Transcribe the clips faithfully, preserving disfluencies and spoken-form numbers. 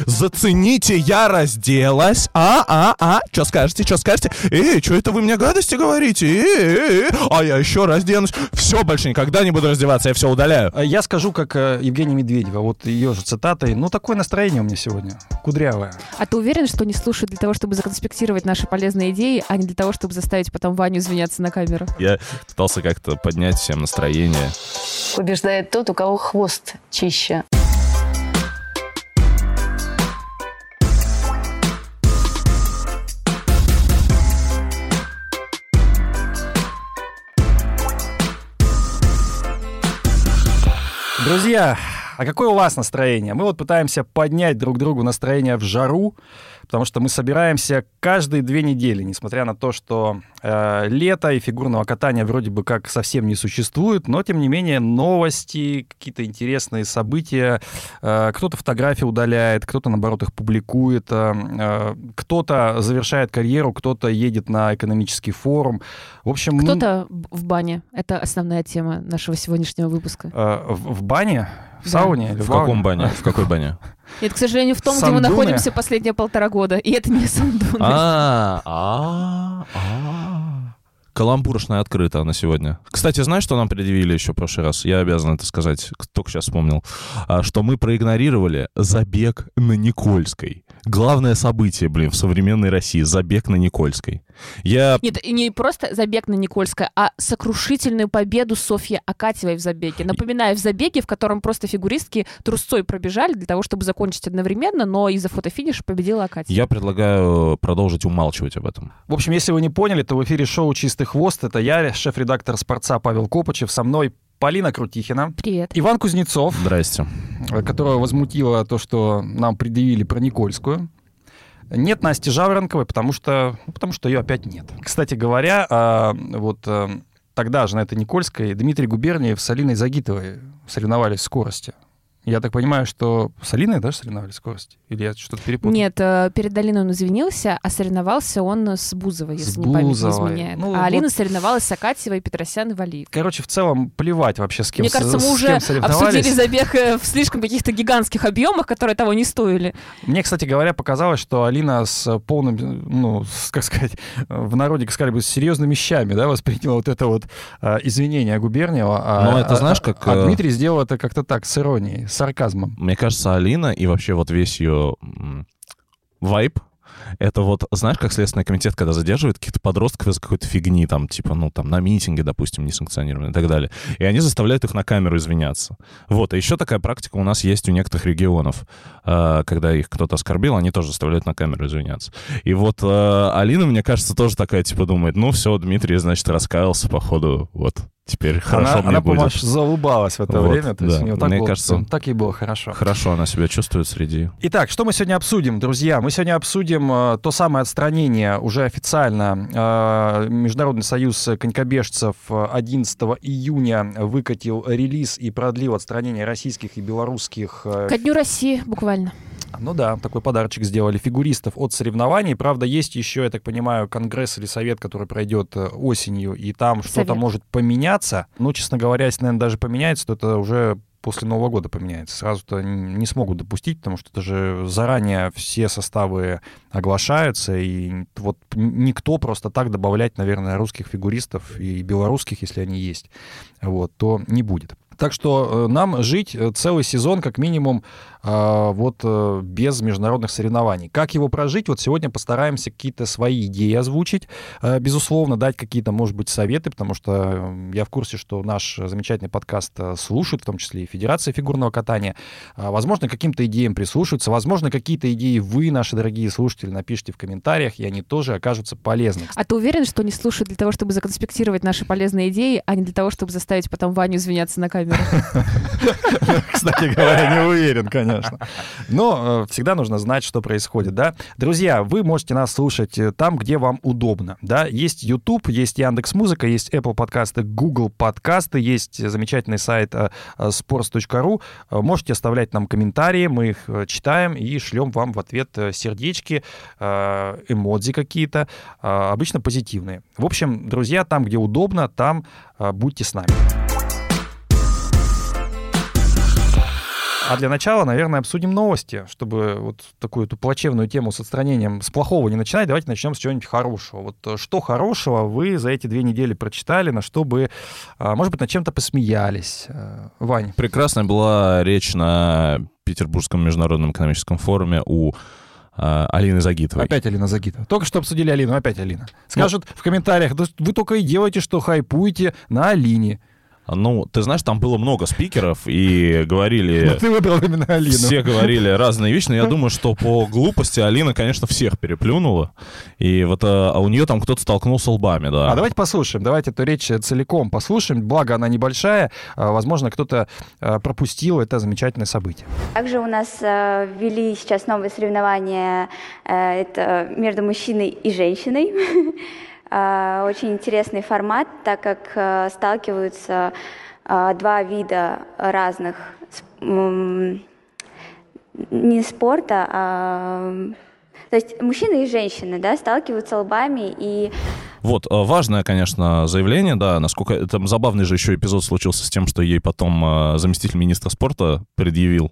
Зацените, я разделась. А, а, а, что скажете, что скажете? Эй, что это вы мне гадости говорите? Эй, эй, а я еще разденусь. Все, больше никогда не буду раздеваться, я все удаляю. Я скажу, как Евгения Медведева, вот ее же цитатой. Ну, такое настроение у меня сегодня, кудрявое. А ты уверен, что не слушают для того, чтобы законспектировать наши полезные идеи, а не для того, чтобы заставить потом Ваню извиняться на камеру? Я пытался как-то поднять всем настроение. Побеждает тот, у кого хвост чище. Друзья, а какое у вас настроение? Мы вот пытаемся поднять друг другу настроение в жару, потому что мы собираемся каждые две недели, несмотря на то, что э, лето и фигурного катания вроде бы как совсем не существует, но, тем не менее, новости, какие-то интересные события, э, кто-то фотографии удаляет, кто-то, наоборот, их публикует, э, кто-то завершает карьеру, кто-то едет на экономический форум. В общем, кто-то в бане. Это основная тема нашего сегодняшнего выпуска. Э, в, в бане? В да. сауне? Или в в каком бане? В какой бане? Нет, к сожалению, в том, Сандуны? где мы находимся последние полтора года. И это не Сандуны. А, а, а. Каламбуршная открыта на сегодня. Кстати, знаешь, что нам предъявили еще в прошлый раз? Я обязан это сказать, только сейчас вспомнил. Что мы проигнорировали забег на Никольской. Главное событие, блин, в современной России. Забег на Никольской. Я... Нет, и не просто забег на Никольской, а сокрушительную победу Софьи Акатьевой в забеге. Напоминаю, в забеге, в котором просто фигуристки трусцой пробежали для того, чтобы закончить одновременно, но из-за фотофиниша победила Акатьева. Я предлагаю продолжить умалчивать об этом. В общем, если вы не поняли, то в эфире шоу «Чистый хвост». Это я, шеф-редактор «Спорца» Павел Копачев. Со мной Полина Крутихина. Привет. Иван Кузнецов. Здрасте. Которого возмутило то, что нам предъявили про Никольскую. Нет Насти Жаворонковой, потому что, ну, потому что ее опять нет. Кстати говоря, а, вот а, тогда же на этой Никольской Дмитрий Губерниев с Алиной Загитовой соревновались в скорости. Я так понимаю, что с Алиной даже соревновались в скорости? Или я что-то перепутал? Нет, перед Алиной он извинился, а соревновался он с Бузовой, если с не память не Бузовой. изменяет. Ну, а вот... Алина соревновалась с Акатьевой, Петросян и Валиев. Короче, в целом плевать вообще, с кем, Мне кажется, с, мы с уже кем соревновались. обсудили забег в слишком каких-то гигантских объемах, которые того не стоили. Мне, кстати говоря, показалось, что Алина с полным, ну, с, как сказать, в народе, как сказали бы, с серьезными щами, да, восприняла вот это вот а, извинение Губерниева. А, Но это, знаешь, как... А, а Дмитрий сделал это как-то так, с иронией, с сарказмом. Мне кажется, Алина и вообще вот весь ее вайб, это вот, знаешь, как Следственный комитет, когда задерживает каких-то подростков из какой-то фигни, там, типа, ну, там, на митинге, допустим, несанкционированные и так далее, и они заставляют их на камеру извиняться. Вот, и еще такая практика у нас есть у некоторых регионов, когда их кто-то оскорбил, они тоже заставляют на камеру извиняться. И вот Алина, мне кажется, тоже такая, типа, думает, ну, все, Дмитрий, значит, раскаялся, походу, вот. Теперь хорошо она, мне она, будет. Она, по-моему, заулыбалась в это вот, время. То да. есть у нее так, Мне было, кажется, так ей было хорошо. Хорошо она себя чувствует среди... Итак, что мы сегодня обсудим, друзья? Мы сегодня обсудим э, то самое отстранение уже официально. Э, Международный союз конькобежцев одиннадцатого июня выкатил релиз и продлил отстранение российских и белорусских... Э, Ко Дню России буквально. Ну да, такой подарочек сделали фигуристов от соревнований. Правда, есть еще, я так понимаю, конгресс или совет, который пройдет осенью, и там совет. Что-то может поменяться. Ну, честно говоря, если, наверное, даже поменяется, то это уже после Нового года поменяется. Сразу-то не смогут допустить, потому что это же заранее все составы оглашаются, и вот никто просто так добавлять, наверное, русских фигуристов и белорусских, если они есть, вот, то не будет. Так что э, нам жить целый сезон, как минимум, э, вот э, без международных соревнований. Как его прожить? Вот сегодня постараемся какие-то свои идеи озвучить, э, безусловно, дать какие-то, может быть, советы, потому что я в курсе, что наш замечательный подкаст слушают, в том числе и Федерация фигурного катания. Э, возможно, каким-то идеям прислушиваются, возможно, какие-то идеи вы, наши дорогие слушатели, напишите в комментариях, и они тоже окажутся полезны. А ты уверен, что не слушают для того, чтобы законспектировать наши полезные идеи, а не для того, чтобы заставить потом Ваню извиняться на камеру? Кстати говоря, не уверен, конечно. Но э, всегда нужно знать, что происходит, да. Друзья, вы можете нас слушать там, где вам удобно, да. Есть YouTube, есть Яндекс.Музыка, есть Apple подкасты, Google подкасты, есть замечательный сайт э, sports точка ру. Можете оставлять нам комментарии, мы их читаем и шлем вам в ответ сердечки, э, эмодзи какие-то, э, обычно позитивные. В общем, друзья, там, где удобно, там э, будьте с нами. А для начала, наверное, обсудим новости, чтобы вот такую эту плачевную тему с отстранением с плохого не начинать. Давайте начнем с чего-нибудь хорошего. Вот что хорошего вы за эти две недели прочитали, на что бы, может быть, над чем-то посмеялись? Вань? Прекрасная была речь на Петербургском международном экономическом форуме у Алины Загитовой. Опять Алина Загитова. Только что обсудили Алину, опять Алина. Скажут ну, в комментариях, да вы только и делаете, что хайпуете на Алине. Ну, ты знаешь, там было много спикеров, и говорили... Но ты выбрал именно Алину. Все говорили разные вещи, но я думаю, что по глупости Алина, конечно, всех переплюнула. И вот а у нее там кто-то столкнулся лбами, да. А давайте послушаем, давайте эту речь целиком послушаем. Благо, она небольшая. Возможно, кто-то пропустил это замечательное событие. Также у нас ввели сейчас новые соревнования. Это между мужчиной и женщиной. Очень интересный формат, так как сталкиваются два вида разных не спорта, а... то есть мужчины и женщины, да, сталкиваются лбами и... Вот, важное, конечно, заявление, да, насколько... Это забавный же еще эпизод случился с тем, что ей потом заместитель министра спорта предъявил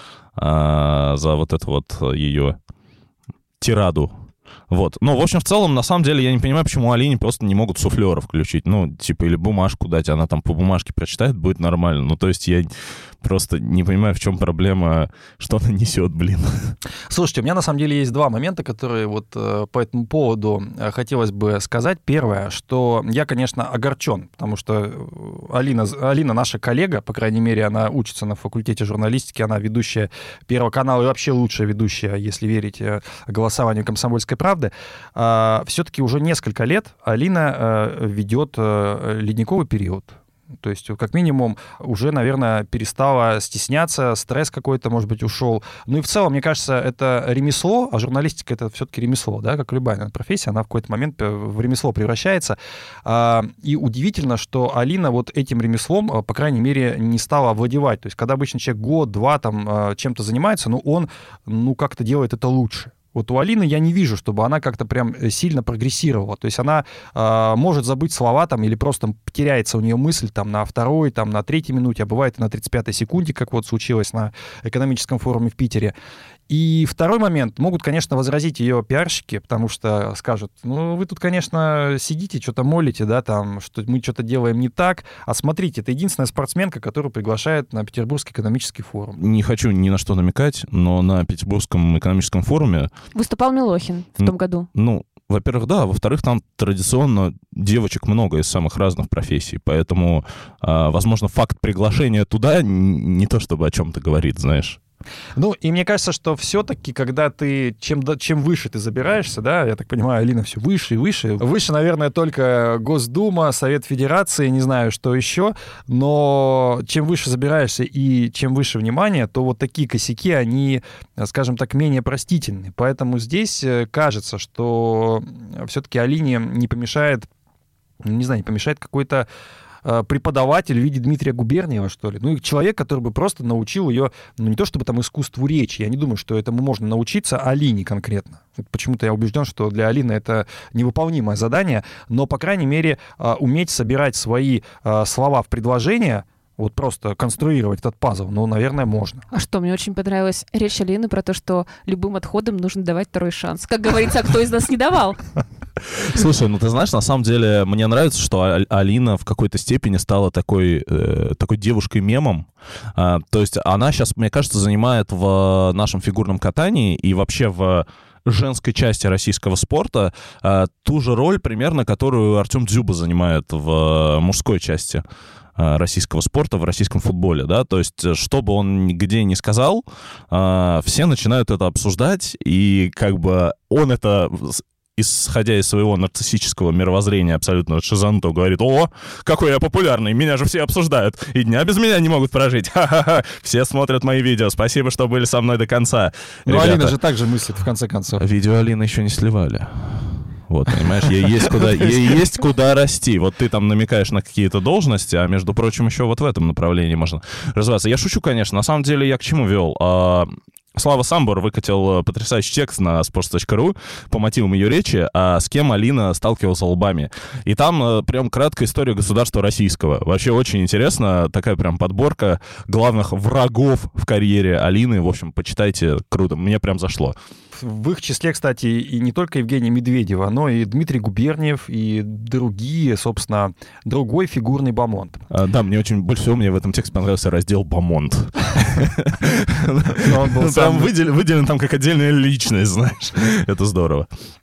а, за вот эту вот ее тираду. Вот. Ну, в общем, в целом, на самом деле, я не понимаю, почему Алине просто не могут суфлера включить. Ну, типа, или бумажку дать, она там по бумажке прочитает, будет нормально. Ну, то есть я просто не понимаю, в чем проблема, что она несет, блин. Слушайте, у меня на самом деле есть два момента, которые вот э, по этому поводу э, хотелось бы сказать. Первое, что я, конечно, огорчен, потому что Алина, Алина наша коллега, по крайней мере, она учится на факультете журналистики, она ведущая Первого канала и вообще лучшая ведущая, если верить э, голосованию «Комсомольской правды». Э, все-таки уже несколько лет Алина э, ведет э, ледниковый период. То есть, как минимум, уже, наверное, перестала стесняться, стресс какой-то, может быть, ушел. Ну и в целом, мне кажется, это ремесло, а журналистика — это все-таки ремесло, да, как любая, наверное, профессия, она в какой-то момент в ремесло превращается. И удивительно, что Алина вот этим ремеслом, по крайней мере, не стала овладевать. То есть, когда обычно человек год-два там чем-то занимается, ну, он, ну, как-то делает это лучше. Вот у Алины я не вижу, чтобы она как-то прям сильно прогрессировала. То есть она э, может забыть слова там, или просто теряется у нее мысль там, на второй, там, на третьей минуте, а бывает и на тридцать пятой секунде, как вот случилось на экономическом форуме в Питере. И второй момент. Могут, конечно, возразить ее пиарщики, потому что скажут, ну, вы тут, конечно, сидите, что-то молите, да, там, что мы что-то делаем не так. А смотрите, это единственная спортсменка, которую приглашают на Петербургский экономический форум. Не хочу ни на что намекать, но на Петербургском экономическом форуме... Выступал Милохин в том году. Ну, во-первых, да. Во-вторых, там традиционно девочек много из самых разных профессий, поэтому, возможно, факт приглашения туда не то чтобы о чем-то говорит, знаешь. Ну, и мне кажется, что все-таки, когда ты, чем, чем выше ты забираешься, да, я так понимаю, Алина все выше и выше. Выше, наверное, только Госдума, Совет Федерации, не знаю, что еще, но чем выше забираешься и чем выше внимание, то вот такие косяки, они, скажем так, менее простительны. Поэтому здесь кажется, что все-таки Алине не помешает, не знаю, не помешает какой-то преподаватель в виде Дмитрия Губерниева, что ли. Ну, и человек, который бы просто научил ее, ну, не то чтобы там искусству речи, я не думаю, что этому можно научиться Алине конкретно. Почему-то я убежден, что для Алины это невыполнимое задание, но, по крайней мере, уметь собирать свои слова в предложения, вот просто конструировать этот пазл, ну, наверное, можно. А что, мне очень понравилась речь Алины про то, что любым отходам нужно давать второй шанс. Как говорится, а кто из нас не давал? Слушай, ну ты знаешь, на самом деле мне нравится, что Алина в какой-то степени стала такой, э, такой девушкой-мемом. А, то есть она сейчас, мне кажется, занимает в нашем фигурном катании и вообще в женской части российского спорта а, ту же роль примерно, которую Артем Дзюба занимает в мужской части российского спорта, в российском футболе, да, то есть, что бы он нигде не сказал, все начинают это обсуждать, и как бы он это, исходя из своего нарциссического мировоззрения абсолютно шизанутого, говорит: о, какой я популярный, меня же все обсуждают, и дня без меня не могут прожить, ха-ха-ха, все смотрят мои видео, спасибо, что были со мной до конца. Ну, ребята, Алина же так же мыслит, в конце концов. Видео Алины еще не сливали. Вот, понимаешь, ей есть куда, ей есть куда расти. Вот ты там намекаешь на какие-то должности, а, между прочим, еще вот в этом направлении можно развиваться. Я шучу, конечно. На самом деле, я к чему вел? А, Слава Самбор выкатил потрясающий текст на sports точка ru по мотивам ее речи, а с кем Алина сталкивалась лбами. И там прям краткая история государства российского. Вообще очень интересно, такая прям подборка главных врагов в карьере Алины. В общем, почитайте, круто, мне прям зашло. В их числе, кстати, и не только Евгения Медведева, но и Дмитрий Губерниев, и другие, собственно, другой фигурный бомонд. А, да, мне очень больше всего мне в этом тексте понравился раздел «Бомонд». Там выделен там как отдельная личность, знаешь. Это здорово.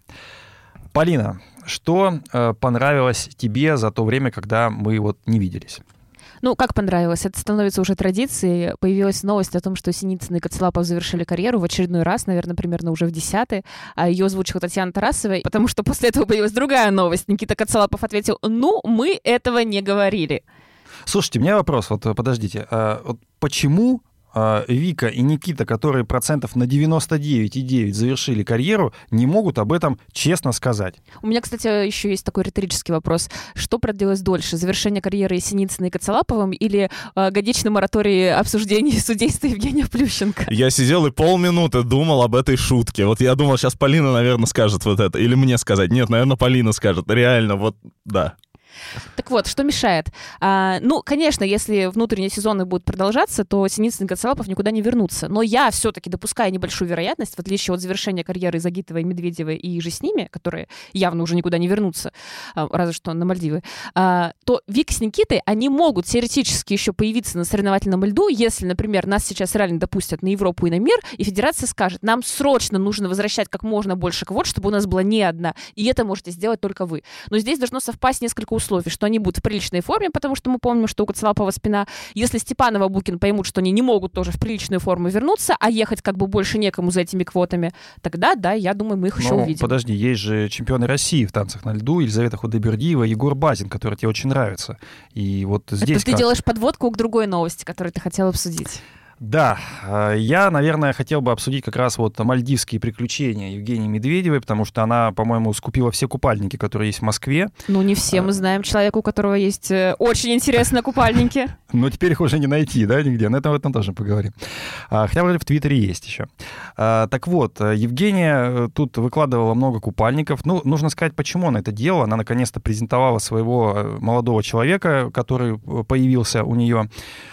Полина, что понравилось тебе за то время, когда мы вот не виделись? Ну, как понравилось? Это становится уже традицией. Появилась новость о том, что Синицына и Коцелапов завершили карьеру в очередной раз, наверное, примерно уже в десятый. А ее озвучила Татьяна Тарасова, потому что после этого появилась другая новость. Никита Коцелапов ответил: ну, мы этого не говорили. Слушайте, у меня вопрос. Вот подождите. А, вот почему Вика и Никита, которые процентов на девяносто девять и девять завершили карьеру, не могут об этом честно сказать? У меня, кстати, еще есть такой риторический вопрос. Что продлилось дольше? Завершение карьеры Синицыной и Коцелаповым или э, годичный мораторий обсуждений судейства Евгения Плющенко? Я сидел и полминуты думал об этой шутке. Вот я думал, сейчас Полина, наверное, скажет вот это. Или мне сказать. Нет, наверное, Полина скажет. Реально, вот, да. Так вот, что мешает? А, ну, конечно, если внутренние сезоны будут продолжаться, то Синицын и Коцелапов никуда не вернутся. Но я все-таки допускаю небольшую вероятность, в отличие от завершения карьеры Загитовой, Медведевой и же с ними, которые явно уже никуда не вернутся, а, разве что на Мальдивы, а, то Вика с Никитой, они могут теоретически еще появиться на соревновательном льду, если, например, нас сейчас реально допустят на Европу и на мир, и федерация скажет: нам срочно нужно возвращать как можно больше квот, чтобы у нас была не одна, и это можете сделать только вы. Но здесь должно совпасть несколько условий. условий, что они будут в приличной форме, потому что мы помним, что у Коцелапова спина. Если Степанова, Букин поймут, что они не могут тоже в приличную форму вернуться, а ехать как бы больше некому за этими квотами, тогда, да, я думаю, мы их еще Но, увидим. Подожди, есть же чемпионы России в танцах на льду, Елизавета Худайбердиева, Егор Базин, который тебе очень нравится. И вот здесь... Это ты как... делаешь подводку к другой новости, которую ты хотел обсудить. Да, я, наверное, хотел бы обсудить как раз вот мальдивские приключения Евгении Медведевой, потому что она, по-моему, скупила все купальники, которые есть в Москве. Ну, не все мы знаем человека, у которого есть очень интересные купальники. Но теперь их уже не найти, да, нигде. Но это об этом тоже поговорим. Хотя вроде в Твиттере есть еще. Так вот, Евгения тут выкладывала много купальников. Ну, нужно сказать, почему она это делала. Она наконец-то презентовала своего молодого человека, который появился у нее.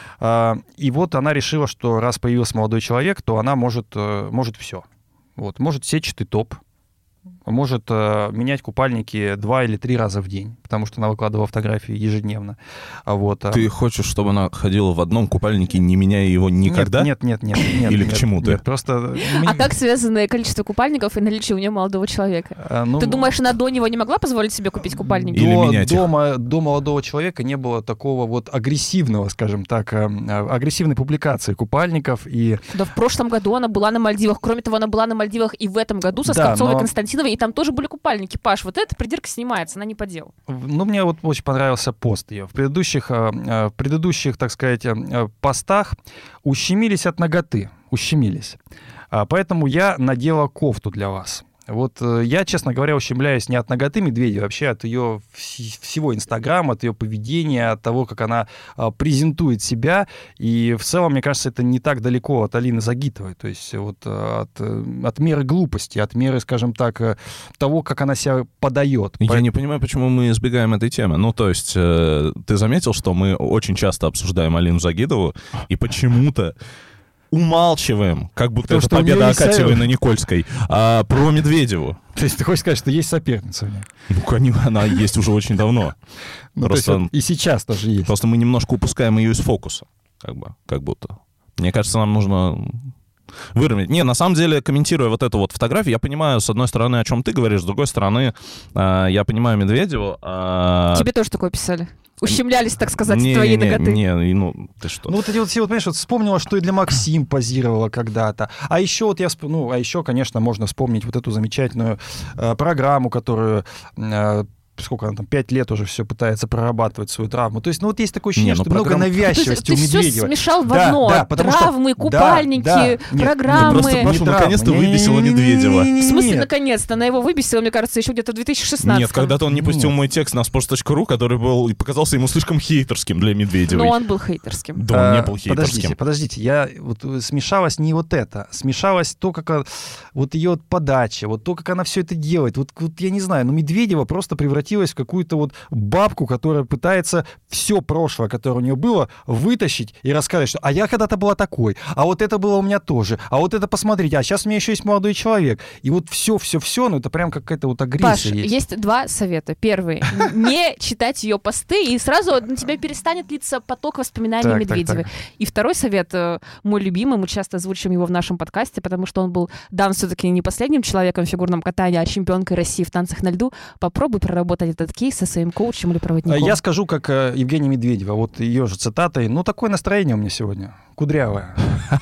И вот она решила, что раз появился молодой человек, то она может, может все. Вот, может сетчатый топ, может э, менять купальники два или три раза в день, потому что она выкладывала фотографии ежедневно. Вот. Ты хочешь, чтобы она ходила в одном купальнике, не меняя его никогда? Нет, нет, нет, нет. нет Или нет, к чему нет, ты? Нет, просто... А как связано количество купальников и наличие у нее молодого человека? А, ну, ты думаешь, она до него не могла позволить себе купить купальники? Или до, менять их? До, до молодого человека не было такого вот агрессивного, скажем так, агрессивной публикации купальников. И... Да, в прошлом году она была на Мальдивах. Кроме того, она была на Мальдивах и в этом году со да, Скворцовой и но... Константиновой, и там тоже были купальники. Паш, вот эта придирка снимается, она не по делу. Ну, мне вот очень понравился пост ее. В предыдущих, в предыдущих, так сказать, постах ущемились от наготы. Ущемились. Поэтому я надела кофту для вас. Вот я, честно говоря, ущемляюсь не от наготы Медведевой, вообще от ее всего Инстаграма, от ее поведения, от того, как она презентует себя. И в целом, мне кажется, это не так далеко от Алины Загитовой. То есть вот от, от меры глупости, от меры, скажем так, того, как она себя подает. Я По... не понимаю, почему мы избегаем этой темы. Ну, то есть, э, ты заметил, что мы очень часто обсуждаем Алину Загитову, и почему-то умалчиваем, как будто Потому это победа Акатьевой совет. на Никольской, а, про Медведеву. То есть ты хочешь сказать, что есть соперница у нее? Ну, конечно, она есть уже очень давно. Ну, Просто, то есть, вот и сейчас тоже есть. Просто мы немножко упускаем ее из фокуса, как бы, как будто. Мне кажется, нам нужно выровнять. Не, на самом деле, комментируя вот эту вот фотографию, я понимаю, с одной стороны, о чем ты говоришь, с другой стороны, э, я понимаю Медведеву. Э... Тебе тоже такое писали? Ущемлялись, так сказать, не, твоей не, наготы? Не, не, ну, ты что? Ну, вот эти вот все, вот, понимаешь, вот вспомнила, что и для Максим позировала когда-то. А еще вот я, всп... ну, а еще, конечно, можно вспомнить вот эту замечательную э, программу, которую э, сколько она там, пять лет уже все пытается прорабатывать свою травму. То есть, ну вот есть такое ощущение, Не, ну, что много программа... навязчивости ты, у Медведева. Ты все смешал в да, одно. Да, Травмы, что... купальники, да, да. Нет, программы. Просто Пашу наконец-то выбесила Медведева. В смысле, наконец-то? Она его выбесила, мне кажется, еще где-то в две тысячи шестнадцатом. Нет, когда-то он не пустил Нет. мой текст на sports точка ру, который был показался ему слишком хейтерским для Медведевой. Но он был хейтерским. Да, он А, не был хейтерским. Подождите, подождите, я вот смешалось не вот это, смешалось то, как а, вот ее подача, вот то, как она все это делает. Вот, вот я не знаю, но Медведева просто превратилась в какую-то вот бабку, которая пытается все прошлое, которое у нее было, вытащить и рассказать, что а я когда-то была такой, а вот это было у меня тоже, а вот это посмотрите, а сейчас у меня еще есть молодой человек. И вот все-все-все, ну это прям какая-то вот агрессия Паш, есть. есть два совета. Первый — не читать ее посты, и сразу на тебя перестанет литься поток воспоминаний Так, Медведевой. так, так. И второй совет, э, мой любимый, мы часто озвучим его в нашем подкасте, потому что он был дан все-таки не последним человеком в фигурном катании, а чемпионкой России в танцах на льду. Попробуй проработать этот кейс со своим коучем или проводником. Я скажу, как э, Евгения Медведева, вот ее же цитатой, ну такое настроение у меня сегодня, кудрявое.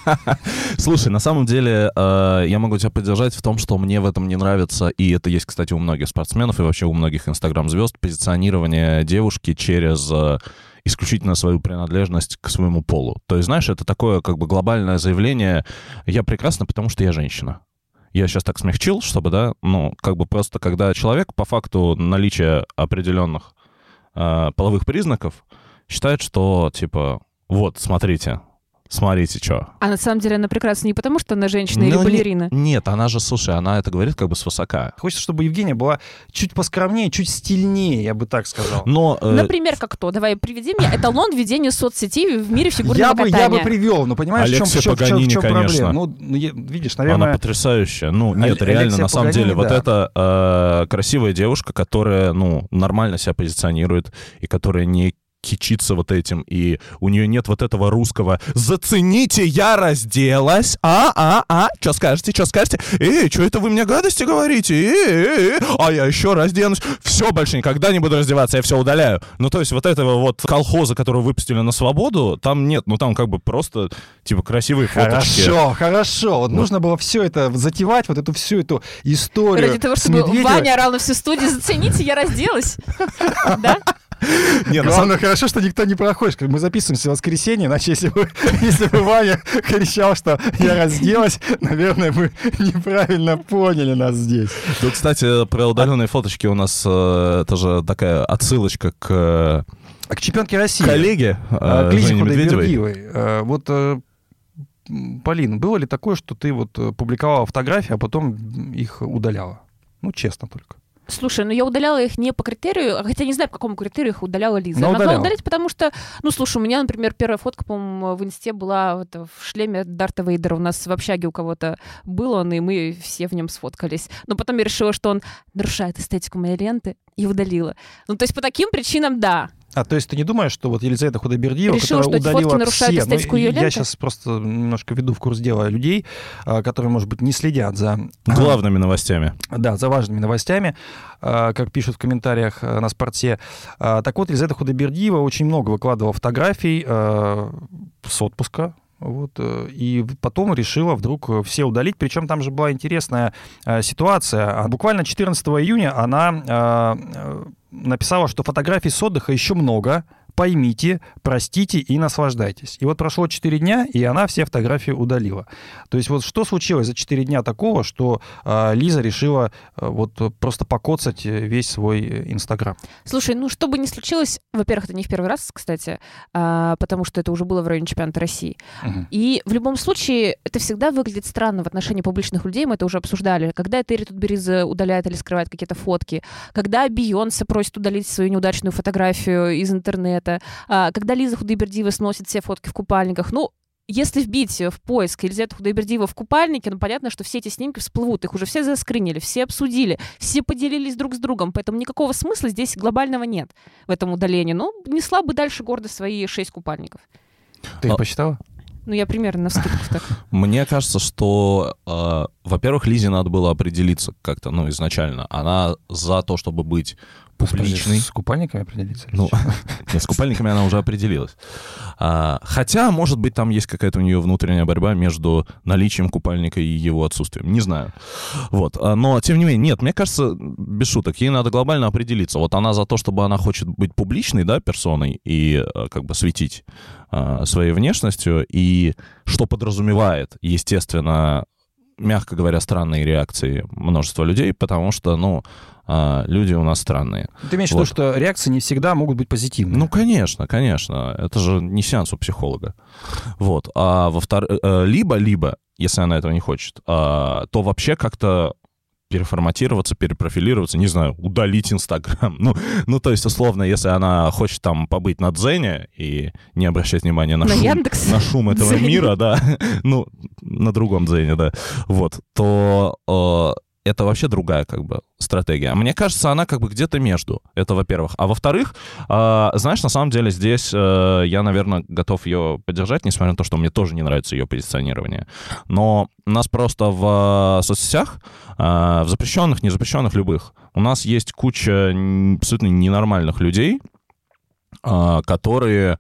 Слушай, на самом деле, э, я могу тебя поддержать в том, что мне в этом не нравится, и это есть, кстати, у многих спортсменов и вообще у многих инстаграм-звезд, позиционирование девушки через э, исключительно свою принадлежность к своему полу. То есть, знаешь, это такое как бы глобальное заявление «я прекрасна, потому что я женщина». Я сейчас так смягчил, чтобы, да, ну, как бы просто когда человек по факту наличия определенных э, половых признаков считает, что, типа, вот, смотрите, смотрите, что. А на самом деле она прекрасна не потому, что она женщина или Ну, не- балерина. Нет, она же, слушай, она это говорит как бы свысока. Хочется, чтобы Евгения была чуть поскромнее, чуть стильнее, я бы так сказал. Но... э, Например, как кто? Давай, приведи мне эталон ведения соцсетей в мире фигурного Я бы, катания. я бы привел, но понимаешь, в чем, Алексия в чем, в чем- в Паганини, чем проблема? конечно. Ну, ну, я- видишь, Она наверное... потрясающая. Ну, нет, Аль- реально, Алексия на самом Паганини, деле, вот да. эта э, красивая девушка, которая, ну, нормально себя позиционирует, и которая не кичится вот этим, и у нее нет вот этого русского «Зацените, я разделась! А, а, а, что скажете, что скажете? Эй, что это вы мне гадости говорите? Эй, эй, эй, а я еще разденусь! Все, больше никогда не буду раздеваться, я все удаляю». Ну, то есть вот этого вот колхоза, который выпустили на свободу, там нет, ну, там как бы просто, типа, красивые фоточки. Хорошо, хорошо. Вот нужно было все это затевать, вот эту всю эту историю Ради того, с чтобы Медведевой. Ваня орал на всю студию, зацените, я разделась. Да? Не, на самом- Главное, хорошо, что никто не проходит. Мы записываемся в воскресенье, иначе если бы, если бы Ваня кричал, что я разделась, наверное, мы неправильно поняли нас здесь. Ну, кстати, про удаленные фоточки у нас э, тоже такая отсылочка к э, А к чемпионке России. коллеге А, э, к Лизе Жене Медведевой. Худайбердиевой. А, Вот, э, м, Полин, было ли такое, что ты вот э, публиковала фотографии, а потом их удаляла? Ну, честно только. Слушай, ну я удаляла их не по критерию, хотя не знаю, по какому критерию их удаляла Лиза. Но Я могла удаляла. удалить, потому что, ну, слушай, у меня, например, первая фотка, по-моему, в инсте была вот в шлеме Дарта Вейдера. У нас в общаге у кого-то был он, и мы все в нем сфоткались. Но потом я решила, что он нарушает эстетику моей ленты, и удалила. Ну, то есть по таким причинам, да. А, то есть ты не думаешь, что вот Елизавета Худайбердиева, Решила, которая что эти фотки удалила нарушают все... эстетику её я ленты? сейчас просто немножко веду в курс дела людей, а, которые, может быть, не следят за... Главными новостями. Да, за важными новостями, а, как пишут в комментариях а, на Спорте. А, Так вот, Елизавета Худайбердиева очень много выкладывала фотографий а, с отпуска. Вот, э, и потом решила вдруг все удалить. Причем там же была интересная э, ситуация. А Буквально четырнадцатого июня она э, э, написала, что фотографий с отдыха еще много. Поймите, простите и наслаждайтесь. И вот прошло четыре дня, и она все фотографии удалила. То есть вот что случилось за четыре дня такого, что э, Лиза решила э, вот просто покоцать весь свой Инстаграм? Слушай, ну что бы ни случилось, во-первых, это не в первый раз, кстати, а, потому что это уже было в районе чемпионата России. Мгм. И в любом случае это всегда выглядит странно в отношении публичных людей, мы это уже обсуждали. Когда Терри Тутберидзе удаляет или скрывает какие-то фотки, когда Бейонсе просит удалить свою неудачную фотографию из интернета, а, когда Лиза Худайбердиева сносит все фотки в купальниках. Ну, если вбить в поиск Елизавета Худайбердиева в купальнике, ну, понятно, что все эти снимки всплывут, их уже все заскринили, все обсудили, все поделились друг с другом, поэтому никакого смысла здесь глобального нет в этом удалении. Ну, несла бы дальше гордо свои шесть купальников. Ты их А- посчитала? Ну, я примерно на вскидку так. Мне кажется, что, э, во-первых, Лизе надо было определиться как-то, ну, изначально. Она за то, чтобы быть публичный. С купальниками определиться? Ну, нет, с купальниками она уже определилась. А, хотя, может быть, там есть какая-то у нее внутренняя борьба между наличием купальника и его отсутствием. Не знаю. Вот. Но, тем не менее, нет, мне кажется, без шуток, ей надо глобально определиться. Вот она за то, чтобы она хочет быть публичной, да, персоной и как бы светить а, своей внешностью, и что подразумевает, естественно, мягко говоря, странные реакции множества людей, потому что, ну, люди у нас странные. Ты имеешь в виду, вот. Что реакции не всегда могут быть позитивными? Ну, конечно, конечно. Это же не сеанс у психолога. Вот. А во-вторых, либо, либо, если она этого не хочет, то вообще как-то переформатироваться, перепрофилироваться, не знаю, удалить Инстаграм. Ну, ну, то есть, условно, если она хочет там побыть на Дзене и не обращать внимания на, на шум, на шум этого Дзене. Мира, да, ну, на другом Дзене, да, вот, то э, это вообще другая, как бы, стратегия. Мне кажется, она как бы где-то между. Это, во-первых. А во-вторых, э, знаешь, на самом деле здесь э, я, наверное, готов ее поддержать, несмотря на то, что мне тоже не нравится ее позиционирование. Но у нас просто в э, соцсетях, э, в запрещенных, незапрещенных, любых, у нас есть куча абсолютно ненормальных людей, э, которые,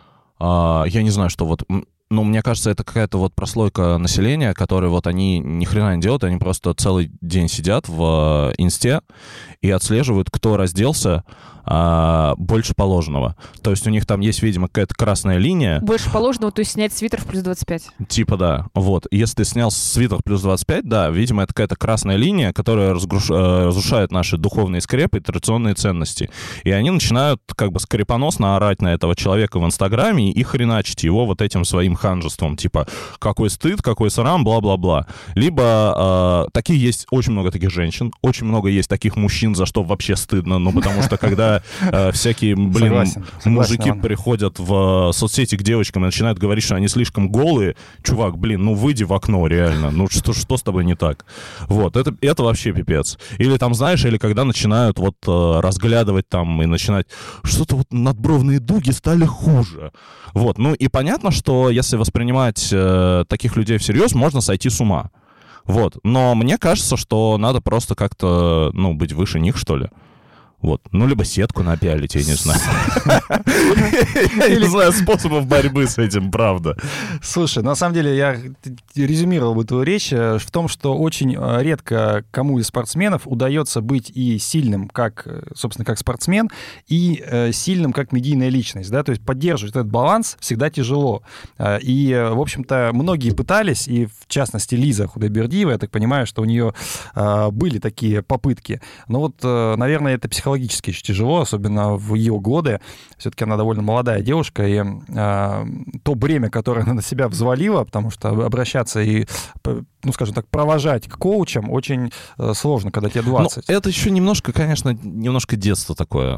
э, я не знаю, что вот... Ну, мне кажется, это какая-то вот прослойка населения, которые вот они ни хрена не делают, они просто целый день сидят в э, инсте и отслеживают, кто разделся а, больше положенного. То есть у них там есть, видимо, какая-то красная линия. Больше положенного, то есть снять свитер в плюс двадцать пять. Типа, да. Вот. Если ты снял свитер в плюс двадцать пять, да, видимо, это какая-то красная линия, которая разгруш... разрушает наши духовные скрепы и традиционные ценности. И они начинают как бы скрепоносно орать на этого человека в Инстаграме и хреначить его вот этим своим ханжеством. Типа, какой стыд, какой срам, бла-бла-бла. Либо э, такие есть, очень много таких женщин, очень много есть таких мужчин, за что вообще стыдно, ну, потому что когда э, всякие, блин, согласен, согласен, мужики он. приходят в соцсети к девочкам и начинают говорить, что они слишком голые, чувак, блин, ну, выйди в окно, реально, ну, что, что с тобой не так? Вот, это, это вообще пипец. Или там, знаешь, или когда начинают вот э, разглядывать там и начинать, что-то вот надбровные дуги стали хуже. Вот, ну, и понятно, что если воспринимать э, таких людей всерьез, можно сойти с ума. Вот. Но мне кажется, что надо просто как-то, ну, быть выше них, что ли. Вот. Ну, либо сетку напялить, я не знаю. Я не знаю способов борьбы с этим, правда. Слушай, на самом деле я резюмировал бы твою речь в том, что очень редко кому из спортсменов удается быть и сильным, как, собственно, как спортсмен, и сильным, как медийная личность, да, то есть поддерживать этот баланс всегда тяжело. И, в общем-то, многие пытались, и в частности Лиза Худайбердиева, я так понимаю, что у нее были такие попытки. Но вот, наверное, это психологически очень тяжело, особенно в ее годы. Все-таки она довольно молодая девушка, и э, то бремя, которое она на себя взвалила, потому что обращаться и, ну, скажем так, провожать к коучам очень э, сложно, когда тебе двадцать. Ну, это еще немножко, конечно, немножко детство такое.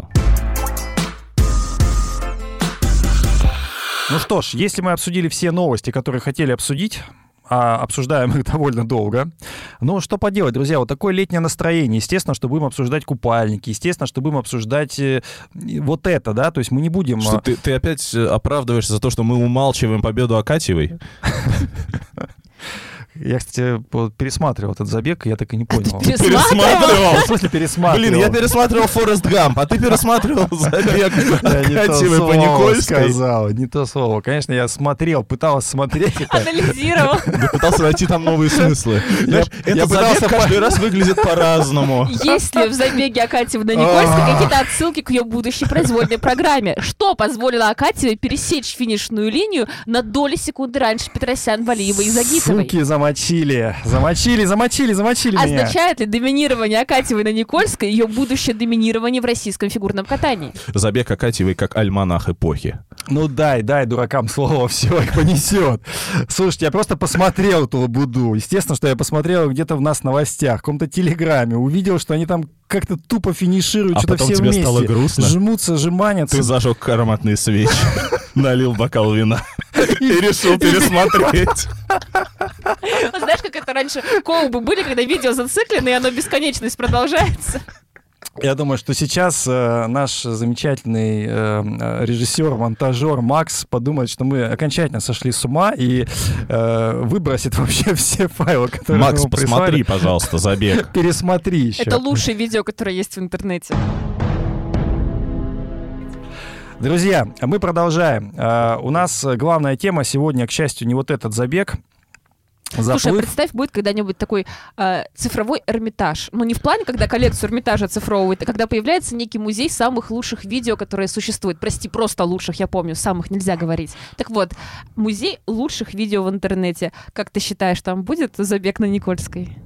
Ну что ж, если мы обсудили все новости, которые хотели обсудить, а обсуждаем их довольно долго. Ну, что поделать, друзья, вот такое летнее настроение. Естественно, что будем обсуждать купальники, естественно, что будем обсуждать вот это, да, то есть мы не будем... Что, ты, ты опять оправдываешься за то, что мы умалчиваем победу Акатьевой? Я, кстати, пересматривал этот забег, и я так и не понял. Пересматривал? В смысле пересматривал? Блин, я пересматривал Форест Гамп, а ты пересматривал забег Акатьевой по Никольской. Сказал, не то слово. Конечно, я смотрел, пытался смотреть. Анализировал. Я пытался найти там новые смыслы. Этот забег каждый раз выглядит по-разному. Есть ли в забеге Акатьевой на Никольской какие-то отсылки к ее будущей произвольной программе? Что позволило Акатьевой пересечь финишную линию на доли секунды раньше Петросян, Валиевой и Загитовой? Суки, замочили, замочили, замочили, замочили меня. Означает ли доминирование Акатьевой на Никольской ее будущее доминирование в российском фигурном катании? Забег Акатьевой как альманах эпохи. Ну дай, дай дуракам слово, все, их понесет. Слушайте, я просто посмотрел эту лабуду. Естественно, что я посмотрел где-то в нас в новостях, в каком-то телеграме, увидел, что они там как-то тупо финишируют, а что-то все тебе вместе. Стало грустно? Жмутся, жеманятся. Ты зажег ароматные свечи, налил бокал вина и решил пересмотреть. Знаешь, как это раньше коубы были, когда видео зациклены, и оно бесконечность продолжается? Я думаю, что сейчас э, наш замечательный э, режиссер, монтажер Макс подумает, что мы окончательно сошли с ума и э, выбросит вообще все файлы, которые Макс, мы ему посмотри, прислали. пожалуйста, забег. Пересмотри еще. Это лучшее видео, которое есть в интернете. Друзья, мы продолжаем. Uh, у нас главная тема сегодня, к счастью, не вот этот забег. Заплыв. Слушай, представь, будет когда-нибудь такой э, цифровой Эрмитаж. Ну, не в плане, когда коллекцию Эрмитажа оцифровывают, а когда появляется некий музей самых лучших видео, которые существуют. Прости, просто лучших, я помню, самых нельзя говорить. Так вот, музей лучших видео в интернете. Как ты считаешь, там будет забег на Никольской?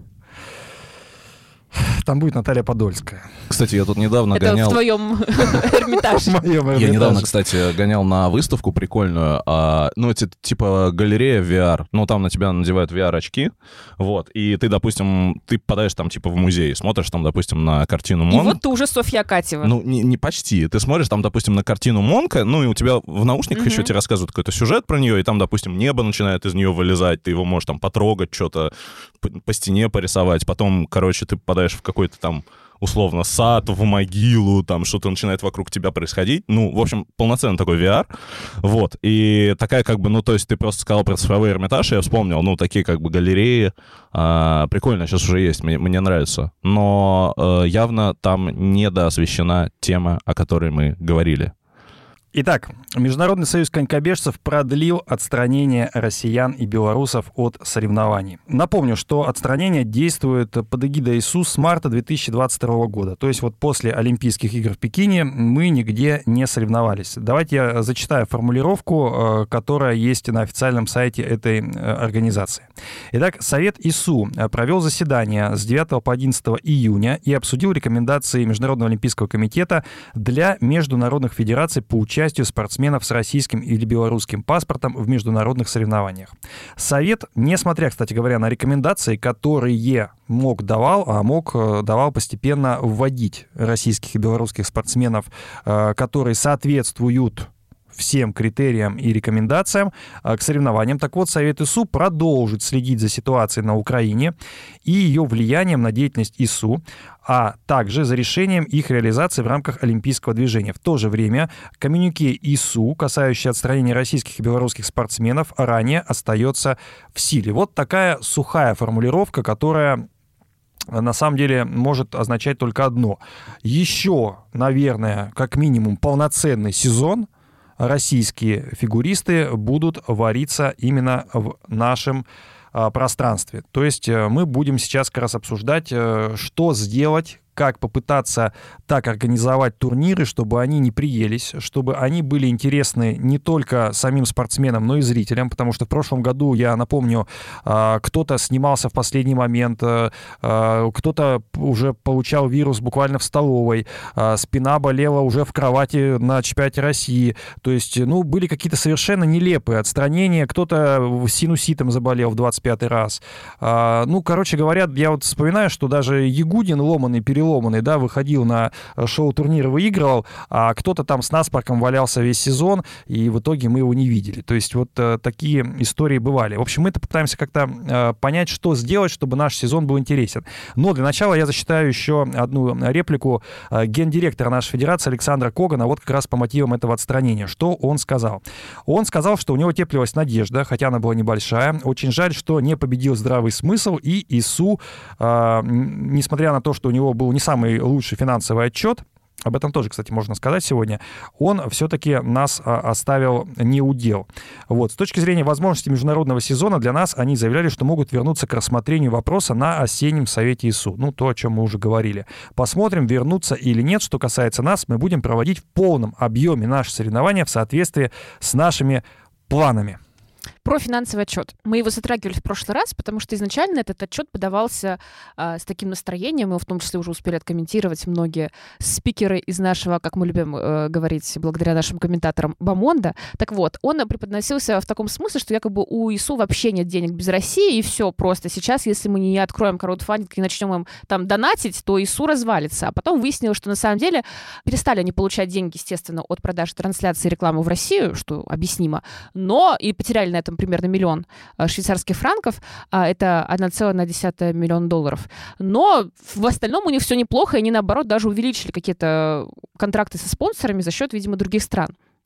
Там будет Наталья Подольская. Кстати, я тут недавно Это гонял... в твоем Эрмитаже. Я недавно, кстати, гонял на выставку прикольную. А, ну, это типа галерея ви ар. Ну, там на тебя надевают ви ар-очки. Вот. И ты, допустим, ты попадаешь там типа в музей, смотришь там, допустим, на картину Монка. И вот ты уже Софья Акатьева. Ну, не, не почти. Ты смотришь там, допустим, на картину Монка, ну, и у тебя в наушниках еще тебе рассказывают какой-то сюжет про нее, и там, допустим, небо начинает из нее вылезать, ты его можешь там потрогать, что-то по, по стене порисовать. Потом, короче, ты попадаешь в какой-то там, условно, сад, в могилу, там что-то начинает вокруг тебя происходить. Ну, в общем, полноценный такой ви ар. Вот. И такая как бы, ну, то есть ты просто сказал про цифровой Эрмитаж, и я вспомнил, ну, такие как бы галереи. А, прикольно, сейчас уже есть, мне, мне нравится. Но а, явно там недоосвещена тема, о которой мы говорили. Итак, Международный союз конькобежцев продлил отстранение россиян и белорусов от соревнований. Напомню, что отстранение действует под эгидой ИСУ с марта две тысячи двадцать второго года. То есть вот после Олимпийских игр в Пекине мы нигде не соревновались. Давайте я зачитаю формулировку, которая есть на официальном сайте этой организации. Итак, Совет ИСУ провел заседание с девятого по одиннадцатое июня и обсудил рекомендации Международного олимпийского комитета для международных федераций по участию участию спортсменов с российским или белорусским паспортом в международных соревнованиях. Совет, несмотря, кстати говоря, на рекомендации, которые МОК давал, а МОК давал постепенно вводить российских и белорусских спортсменов, которые соответствуют всем критериям и рекомендациям к соревнованиям. Так вот, Совет ИСУ продолжит следить за ситуацией на Украине и ее влиянием на деятельность ИСУ, а также за решением их реализации в рамках олимпийского движения. В то же время коммюнике ИСУ, касающееся отстранения российских и белорусских спортсменов, ранее остается в силе. Вот такая сухая формулировка, которая на самом деле может означать только одно. Еще, наверное, как минимум полноценный сезон российские фигуристы будут вариться именно в нашем а, пространстве. То есть мы будем сейчас как раз обсуждать, что сделать, как попытаться так организовать турниры, чтобы они не приелись, чтобы они были интересны не только самим спортсменам, но и зрителям, потому что в прошлом году, я напомню, кто-то снимался в последний момент, кто-то уже получал вирус буквально в столовой, спина болела уже в кровати на чемпионате России, то есть, ну, были какие-то совершенно нелепые отстранения, кто-то синуситом заболел в двадцать пятый раз. Ну, короче говоря, я вот вспоминаю, что даже Ягудин ломаный, переломанный, ломаный, да, выходил на шоу-турнир, выигрывал, а кто-то там с насморком валялся весь сезон, и в итоге мы его не видели. То есть вот э, такие истории бывали. В общем, мы-то пытаемся как-то э, понять, что сделать, чтобы наш сезон был интересен. Но для начала я зачитаю еще одну реплику э, гендиректора нашей федерации Александра Когана, вот как раз по мотивам этого отстранения. Что он сказал? Он сказал, что у него теплилась надежда, хотя она была небольшая. Очень жаль, что не победил здравый смысл, и ИСУ, э, несмотря на то, что у него был не самый лучший финансовый отчет, об этом тоже, кстати, можно сказать сегодня, он все-таки нас а, оставил не у дел. Вот. С точки зрения возможности международного сезона для нас они заявляли, что могут вернуться к рассмотрению вопроса на осеннем совете ИСУ. Ну, то, о чем мы уже говорили. Посмотрим, вернуться или нет. Что касается нас, мы будем проводить в полном объеме наши соревнования в соответствии с нашими планами. Про финансовый отчет. Мы его затрагивали в прошлый раз, потому что изначально этот отчет подавался а, с таким настроением, мы в том числе уже успели откомментировать многие спикеры из нашего, как мы любим э, говорить, благодаря нашим комментаторам, бомонда. Так вот, он преподносился в таком смысле, что якобы у ИСУ вообще нет денег без России, и все просто. Сейчас, если мы не откроем краудфандинг и начнем им там донатить, то ИСУ развалится. А потом выяснилось, что на самом деле перестали они получать деньги, естественно, от продажи трансляции рекламы в Россию, что объяснимо, но и потеряли на этом примерно миллион швейцарских франков, это один целых одна десятая миллиона долларов. Но в остальном у них все неплохо, и они, наоборот, даже увеличили какие-то контракты со спонсорами за счет, видимо, других стран.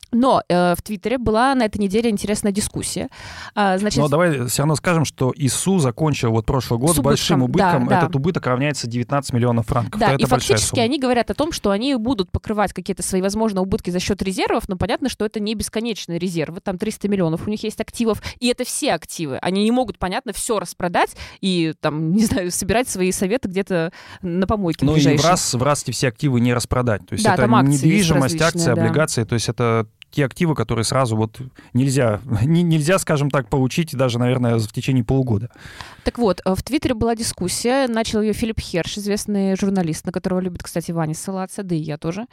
Но э, в Твиттере была на этой неделе интересная дискуссия. А, значит, Но давай все равно скажем, что ИСУ закончил вот прошлый год с, с большим убытком. Да, Этот да. убыток равняется девятнадцать миллионов франков. Да, это и фактически сумма. Они говорят о том, что они будут покрывать какие-то свои, возможно, убытки за счет резервов, но понятно, что это не бесконечные резервы. Там триста миллионов у них есть активов, и это все активы. Они не могут, понятно, все распродать и, там, не знаю, собирать свои советы где-то на помойке. Ну и в раз, в раз эти все активы не распродать. То есть да, это недвижимость, акции, да. облигации. То есть это те активы, которые сразу вот нельзя, не, нельзя, скажем так, получить даже, наверное, в течение полугода. Так вот, в Твиттере была дискуссия, начал ее Филипп Херш, известный журналист, на которого любит, кстати, Ваня ссылаться, да и я тоже.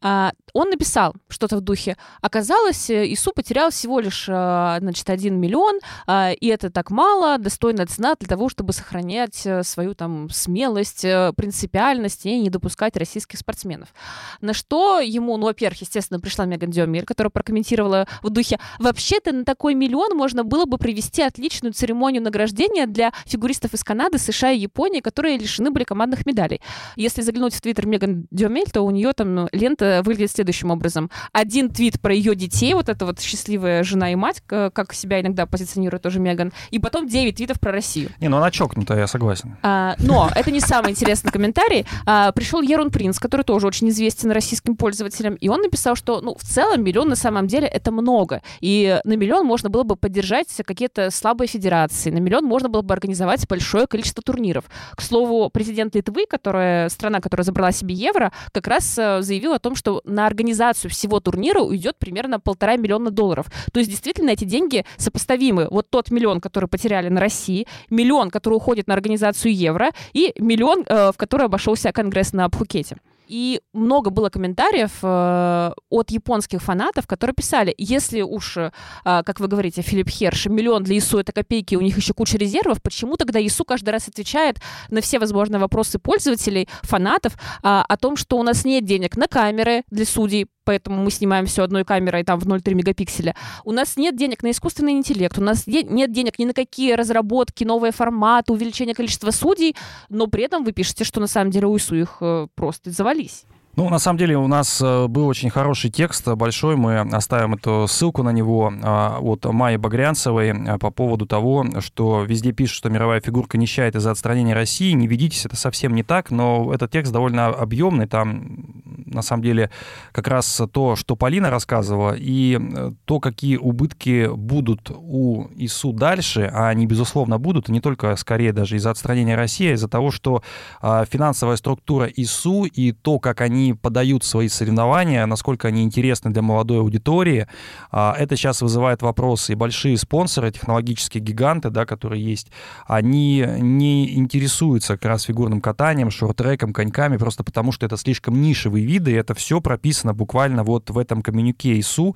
Он написал что-то в духе: оказалось, ИСУ потерял всего лишь, значит, один миллион, и это так мало, достойная цена для того, чтобы сохранять свою там смелость, принципиальность и не допускать российских спортсменов. На что ему, ну, во-первых, естественно, пришла Меган Дюамель, которая прокомментировала в духе: вообще-то на такой миллион можно было бы провести отличную церемонию награждения для фигуристов из Канады, США и Японии, которые лишены были командных медалей. Если заглянуть в твиттер Меган Дюамель, то у нее там лента выглядит следующим образом. Один твит про ее детей, вот эта вот счастливая жена и мать, как себя иногда позиционирует тоже Меган, и потом девять твитов про Россию. Не, ну она чокнутая, я согласен. А, но это не самый интересный комментарий. А, пришел Ерун Принц, который тоже очень известен российским пользователям, и он написал, что, ну, в целом миллион на самом деле это много, и на миллион можно было бы поддержать какие-то слабые федерации, на миллион можно было бы организовать большое количество турниров. К слову, президент Литвы, которая, страна, которая забрала себе евро, как раз заявил о том, что на организацию всего турнира уйдет примерно полтора миллиона долларов. То есть, действительно, эти деньги сопоставимы. Вот тот миллион, который потеряли на России, миллион, который уходит на организацию евро, и миллион, в который обошелся Конгресс на Пхукете. И много было комментариев э, от японских фанатов, которые писали: если уж, э, как вы говорите, Филипп Херш, миллион для ИСУ — это копейки, у них еще куча резервов, почему тогда ИСУ каждый раз отвечает на все возможные вопросы пользователей, фанатов, э, о том, что у нас нет денег на камеры для судей, поэтому мы снимаем все одной камерой там в ноль целых три мегапикселя. У нас нет денег на искусственный интеллект, у нас де- нет денег ни на какие разработки, новые форматы, увеличение количества судей, но при этом вы пишете, что на самом деле у ИСУ их э, просто завались. Ну, на самом деле, у нас был очень хороший текст, большой, мы оставим эту ссылку на него, от Майи Багрянцевой по поводу того, что везде пишут, что мировая фигурка нищает из-за отстранения России. Не ведитесь, это совсем не так, но этот текст довольно объемный, там, на самом деле, как раз то, что Полина рассказывала, и то, какие убытки будут у ИСУ дальше, а они, безусловно, будут, и не только, скорее, даже из-за отстранения России, а из-за того, что финансовая структура ИСУ и то, как они подают свои соревнования, насколько они интересны для молодой аудитории. Это сейчас вызывает вопросы. И большие спонсоры, технологические гиганты, да, которые есть, они не интересуются как раз фигурным катанием, шорт-треком, коньками, просто потому что это слишком нишевые виды, и это все прописано буквально вот в этом коммюнике ИСУ.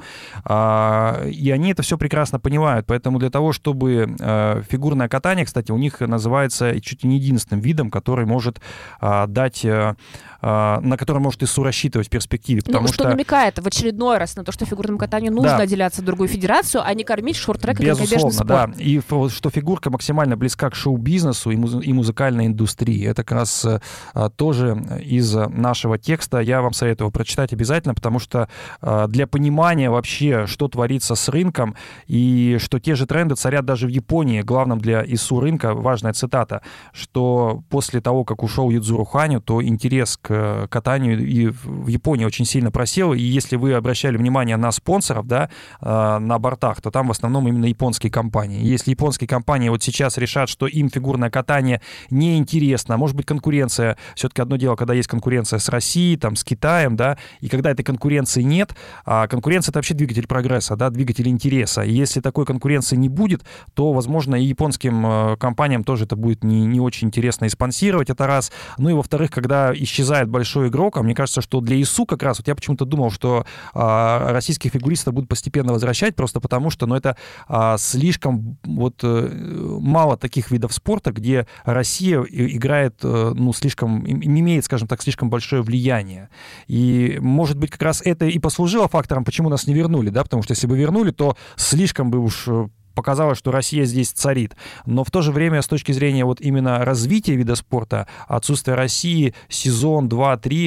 И они это все прекрасно понимают. Поэтому для того, чтобы фигурное катание, кстати, у них называется чуть ли не единственным видом, который может дать, на который может ИСУ рассчитывать в перспективе. Потому ну, что, что намекает в очередной раз на то, что фигурному катанию нужно да. отделяться в другую федерацию, а не кормить шорт-трек и конькобежный спорт. Да. И что фигурка максимально близка к шоу-бизнесу и, муз- и музыкальной индустрии. Это как раз а, тоже из нашего текста. Я вам советую прочитать обязательно, потому что а, для понимания вообще, что творится с рынком, и что те же тренды царят даже в Японии, главном для ИСУ рынка, важная цитата, что после того, как ушел Юдзуру Ханю, то интерес к катанию и в Японии очень сильно просел, и если вы обращали внимание на спонсоров, да, на бортах, то там в основном именно японские компании. Если японские компании вот сейчас решат, что им фигурное катание неинтересно, может быть, конкуренция, все-таки одно дело, когда есть конкуренция с Россией, там, с Китаем, да, и когда этой конкуренции нет, а конкуренция — это вообще двигатель прогресса, да, двигатель интереса, и если такой конкуренции не будет, то, возможно, и японским компаниям тоже это будет не, не очень интересно и спонсировать, это раз. Ну и, во-вторых, когда исчезает большой игрок, а мне кажется, что для ИСУ как раз, вот я почему-то думал, что а, российских фигуристов будут постепенно возвращать, просто потому что, ну, это а, слишком вот мало таких видов спорта, где Россия играет, ну, слишком, имеет, скажем так, слишком большое влияние. И, может быть, как раз это и послужило фактором, почему нас не вернули, да, потому что если бы вернули, то слишком бы уж показалось, что Россия здесь царит. Но в то же время, с точки зрения вот именно развития вида спорта, отсутствие России сезон, два, три,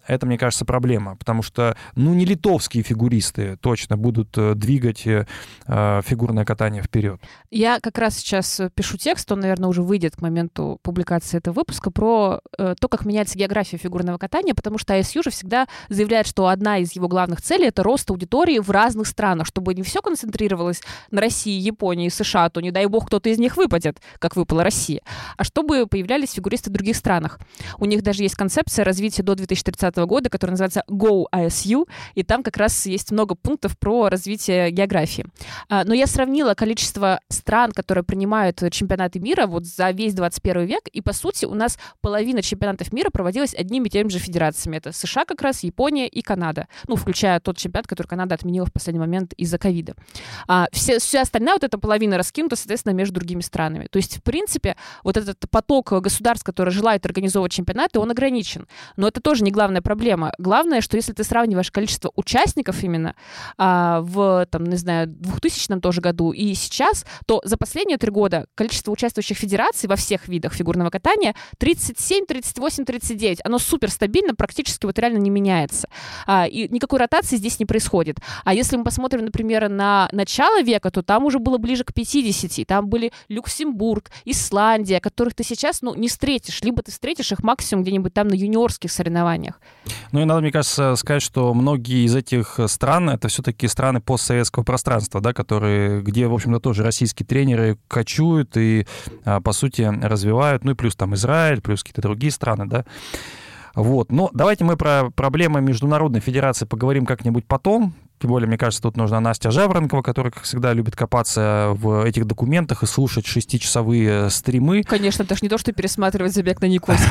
это, мне кажется, проблема, потому что, ну, не литовские фигуристы точно будут двигать э, фигурное катание вперед. Я как раз сейчас пишу текст, он, наверное, уже выйдет к моменту публикации этого выпуска, про э, то, как меняется география фигурного катания, потому что ай эс ю же всегда заявляет, что одна из его главных целей — это рост аудитории в разных странах, чтобы не все концентрировалось на России, Японии, США, то, не дай бог, кто-то из них выпадет, как выпала Россия, а чтобы появлялись фигуристы в других странах. У них даже есть концепция развития до две тысячи тридцатого года, которая называется Go ай эс ю, и там как раз есть много пунктов про развитие географии. А, но я сравнила количество стран, которые принимают чемпионаты мира вот за весь двадцать первый век, и, по сути, у нас половина чемпионатов мира проводилась одними и теми же федерациями. Это США как раз, Япония и Канада. Ну, включая тот чемпионат, который Канада отменила в последний момент из-за ковида. А, все, вся остальная вот эта половина раскинута, соответственно, между другими странами. То есть, в принципе, вот этот поток государств, которые желают организовывать чемпионаты, он ограничен. Но это тоже не главная проблема. Главное, что если ты сравниваешь количество участников именно а, в, там, не знаю, двухтысячном тоже году и сейчас, то за последние три года количество участвующих федераций во всех видах фигурного катания тридцать семь, тридцать восемь, тридцать девять. Оно супер стабильно, практически вот реально не меняется. А, и никакой ротации здесь не происходит. А если мы посмотрим, например, на начало века, то там уже было ближе к пятидесяти. Там были Люксембург, Исландия, которых ты сейчас, ну, не встретишь. Либо ты встретишь их максимум где-нибудь там на юниорских соревнованиях. Ну и надо, мне кажется, сказать, что многие из этих стран — это все-таки страны постсоветского пространства, да, которые, где, в общем-то, тоже российские тренеры кочуют и, по сути, развивают. Ну и плюс там Израиль, плюс какие-то другие страны, да. Вот. Но давайте мы про проблемы Международной Федерации поговорим как-нибудь потом. Тем более, мне кажется, тут нужна Настя Жаворонкова, которая, как всегда, любит копаться в этих документах и слушать шестичасовые стримы. Конечно, это же не то, что пересматривать «Забег на Никольской».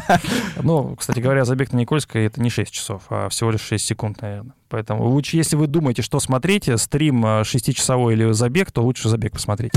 Ну, кстати говоря, «Забег на Никольской» — это не шесть часов, а всего лишь шесть секунд, наверное. Поэтому лучше, если вы думаете, что смотреть, стрим шестичасовой или «Забег», то лучше «Забег» посмотреть.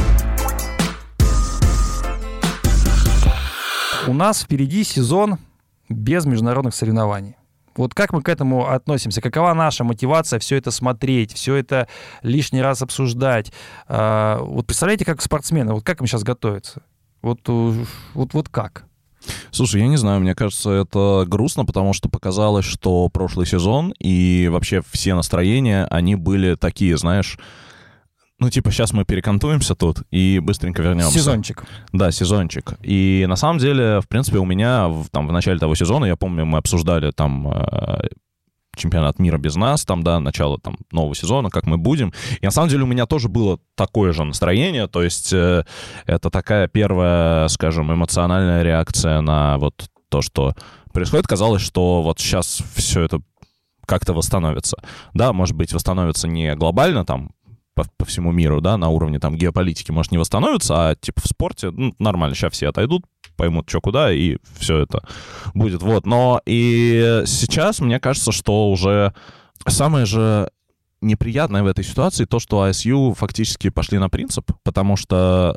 У нас впереди сезон без международных соревнований. Вот как мы к этому относимся? Какова наша мотивация все это смотреть, все это лишний раз обсуждать? Вот представляете, как спортсмены, вот как им сейчас готовятся? Вот, вот, вот как? Слушай, я не знаю, мне кажется, это грустно, потому что показалось, что прошлый сезон и вообще все настроения, они были такие, знаешь... Ну, типа, сейчас мы перекантуемся тут и быстренько вернемся. Сезончик. Да, сезончик. И на самом деле, в принципе, у меня в, там, в начале того сезона, я помню, мы обсуждали там э, чемпионат мира без нас, там, да, начало там нового сезона, как мы будем. И на самом деле у меня тоже было такое же настроение, то есть э, это такая первая, скажем, эмоциональная реакция на вот то, что происходит. Казалось, что вот сейчас все это как-то восстановится. Да, может быть, восстановится не глобально там, По, по всему миру, да, на уровне там геополитики, может, не восстановится, а типа в спорте, ну, нормально, сейчас все отойдут, поймут, что куда, и все это будет, вот. Но и сейчас, мне кажется, что уже самое же неприятное в этой ситуации то, что ай эс ю фактически пошли на принцип, потому что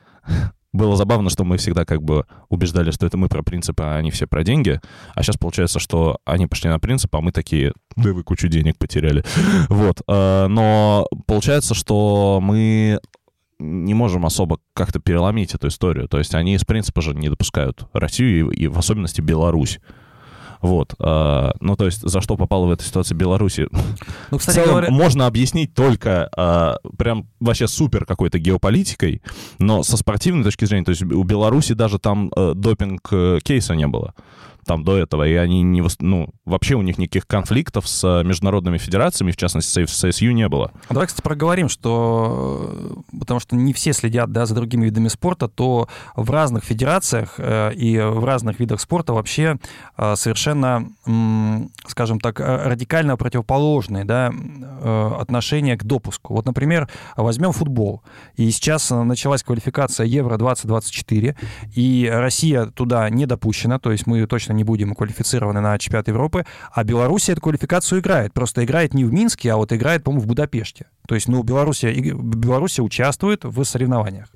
было забавно, что мы всегда как бы убеждали, что это мы про принципы, а они все про деньги. А сейчас получается, что они пошли на принцип, а мы такие, да вы кучу денег потеряли. Вот. Но получается, что мы не можем особо как-то переломить эту историю. То есть они из принципа же не допускают Россию и в особенности Беларусь. Вот. А, ну, то есть, за что попала в этой ситуации Беларусь? Ну, кстати, в целом, говоря... можно объяснить только а, прям вообще супер какой-то геополитикой, но со спортивной точки зрения, то есть у Беларуси даже там а, допинг-кейса не было. Там до этого, и они не... Ну, вообще у них никаких конфликтов с международными федерациями, в частности, с ай эс ю не было. Давай, кстати, проговорим, что... Потому что не все следят, да, за другими видами спорта, то в разных федерациях э, и в разных видах спорта вообще э, совершенно, м, скажем так, радикально противоположные, да, э, отношения к допуску. Вот, например, возьмем футбол. И сейчас началась квалификация Евро двадцать двадцать четыре, и Россия туда не допущена, то есть мы точно не будем квалифицированы на чемпионат Европы, а Беларусь эту квалификацию играет. Просто играет не в Минске, а вот играет, по-моему, в Будапеште. То есть, ну, Белоруссия, Белоруссия участвует в соревнованиях.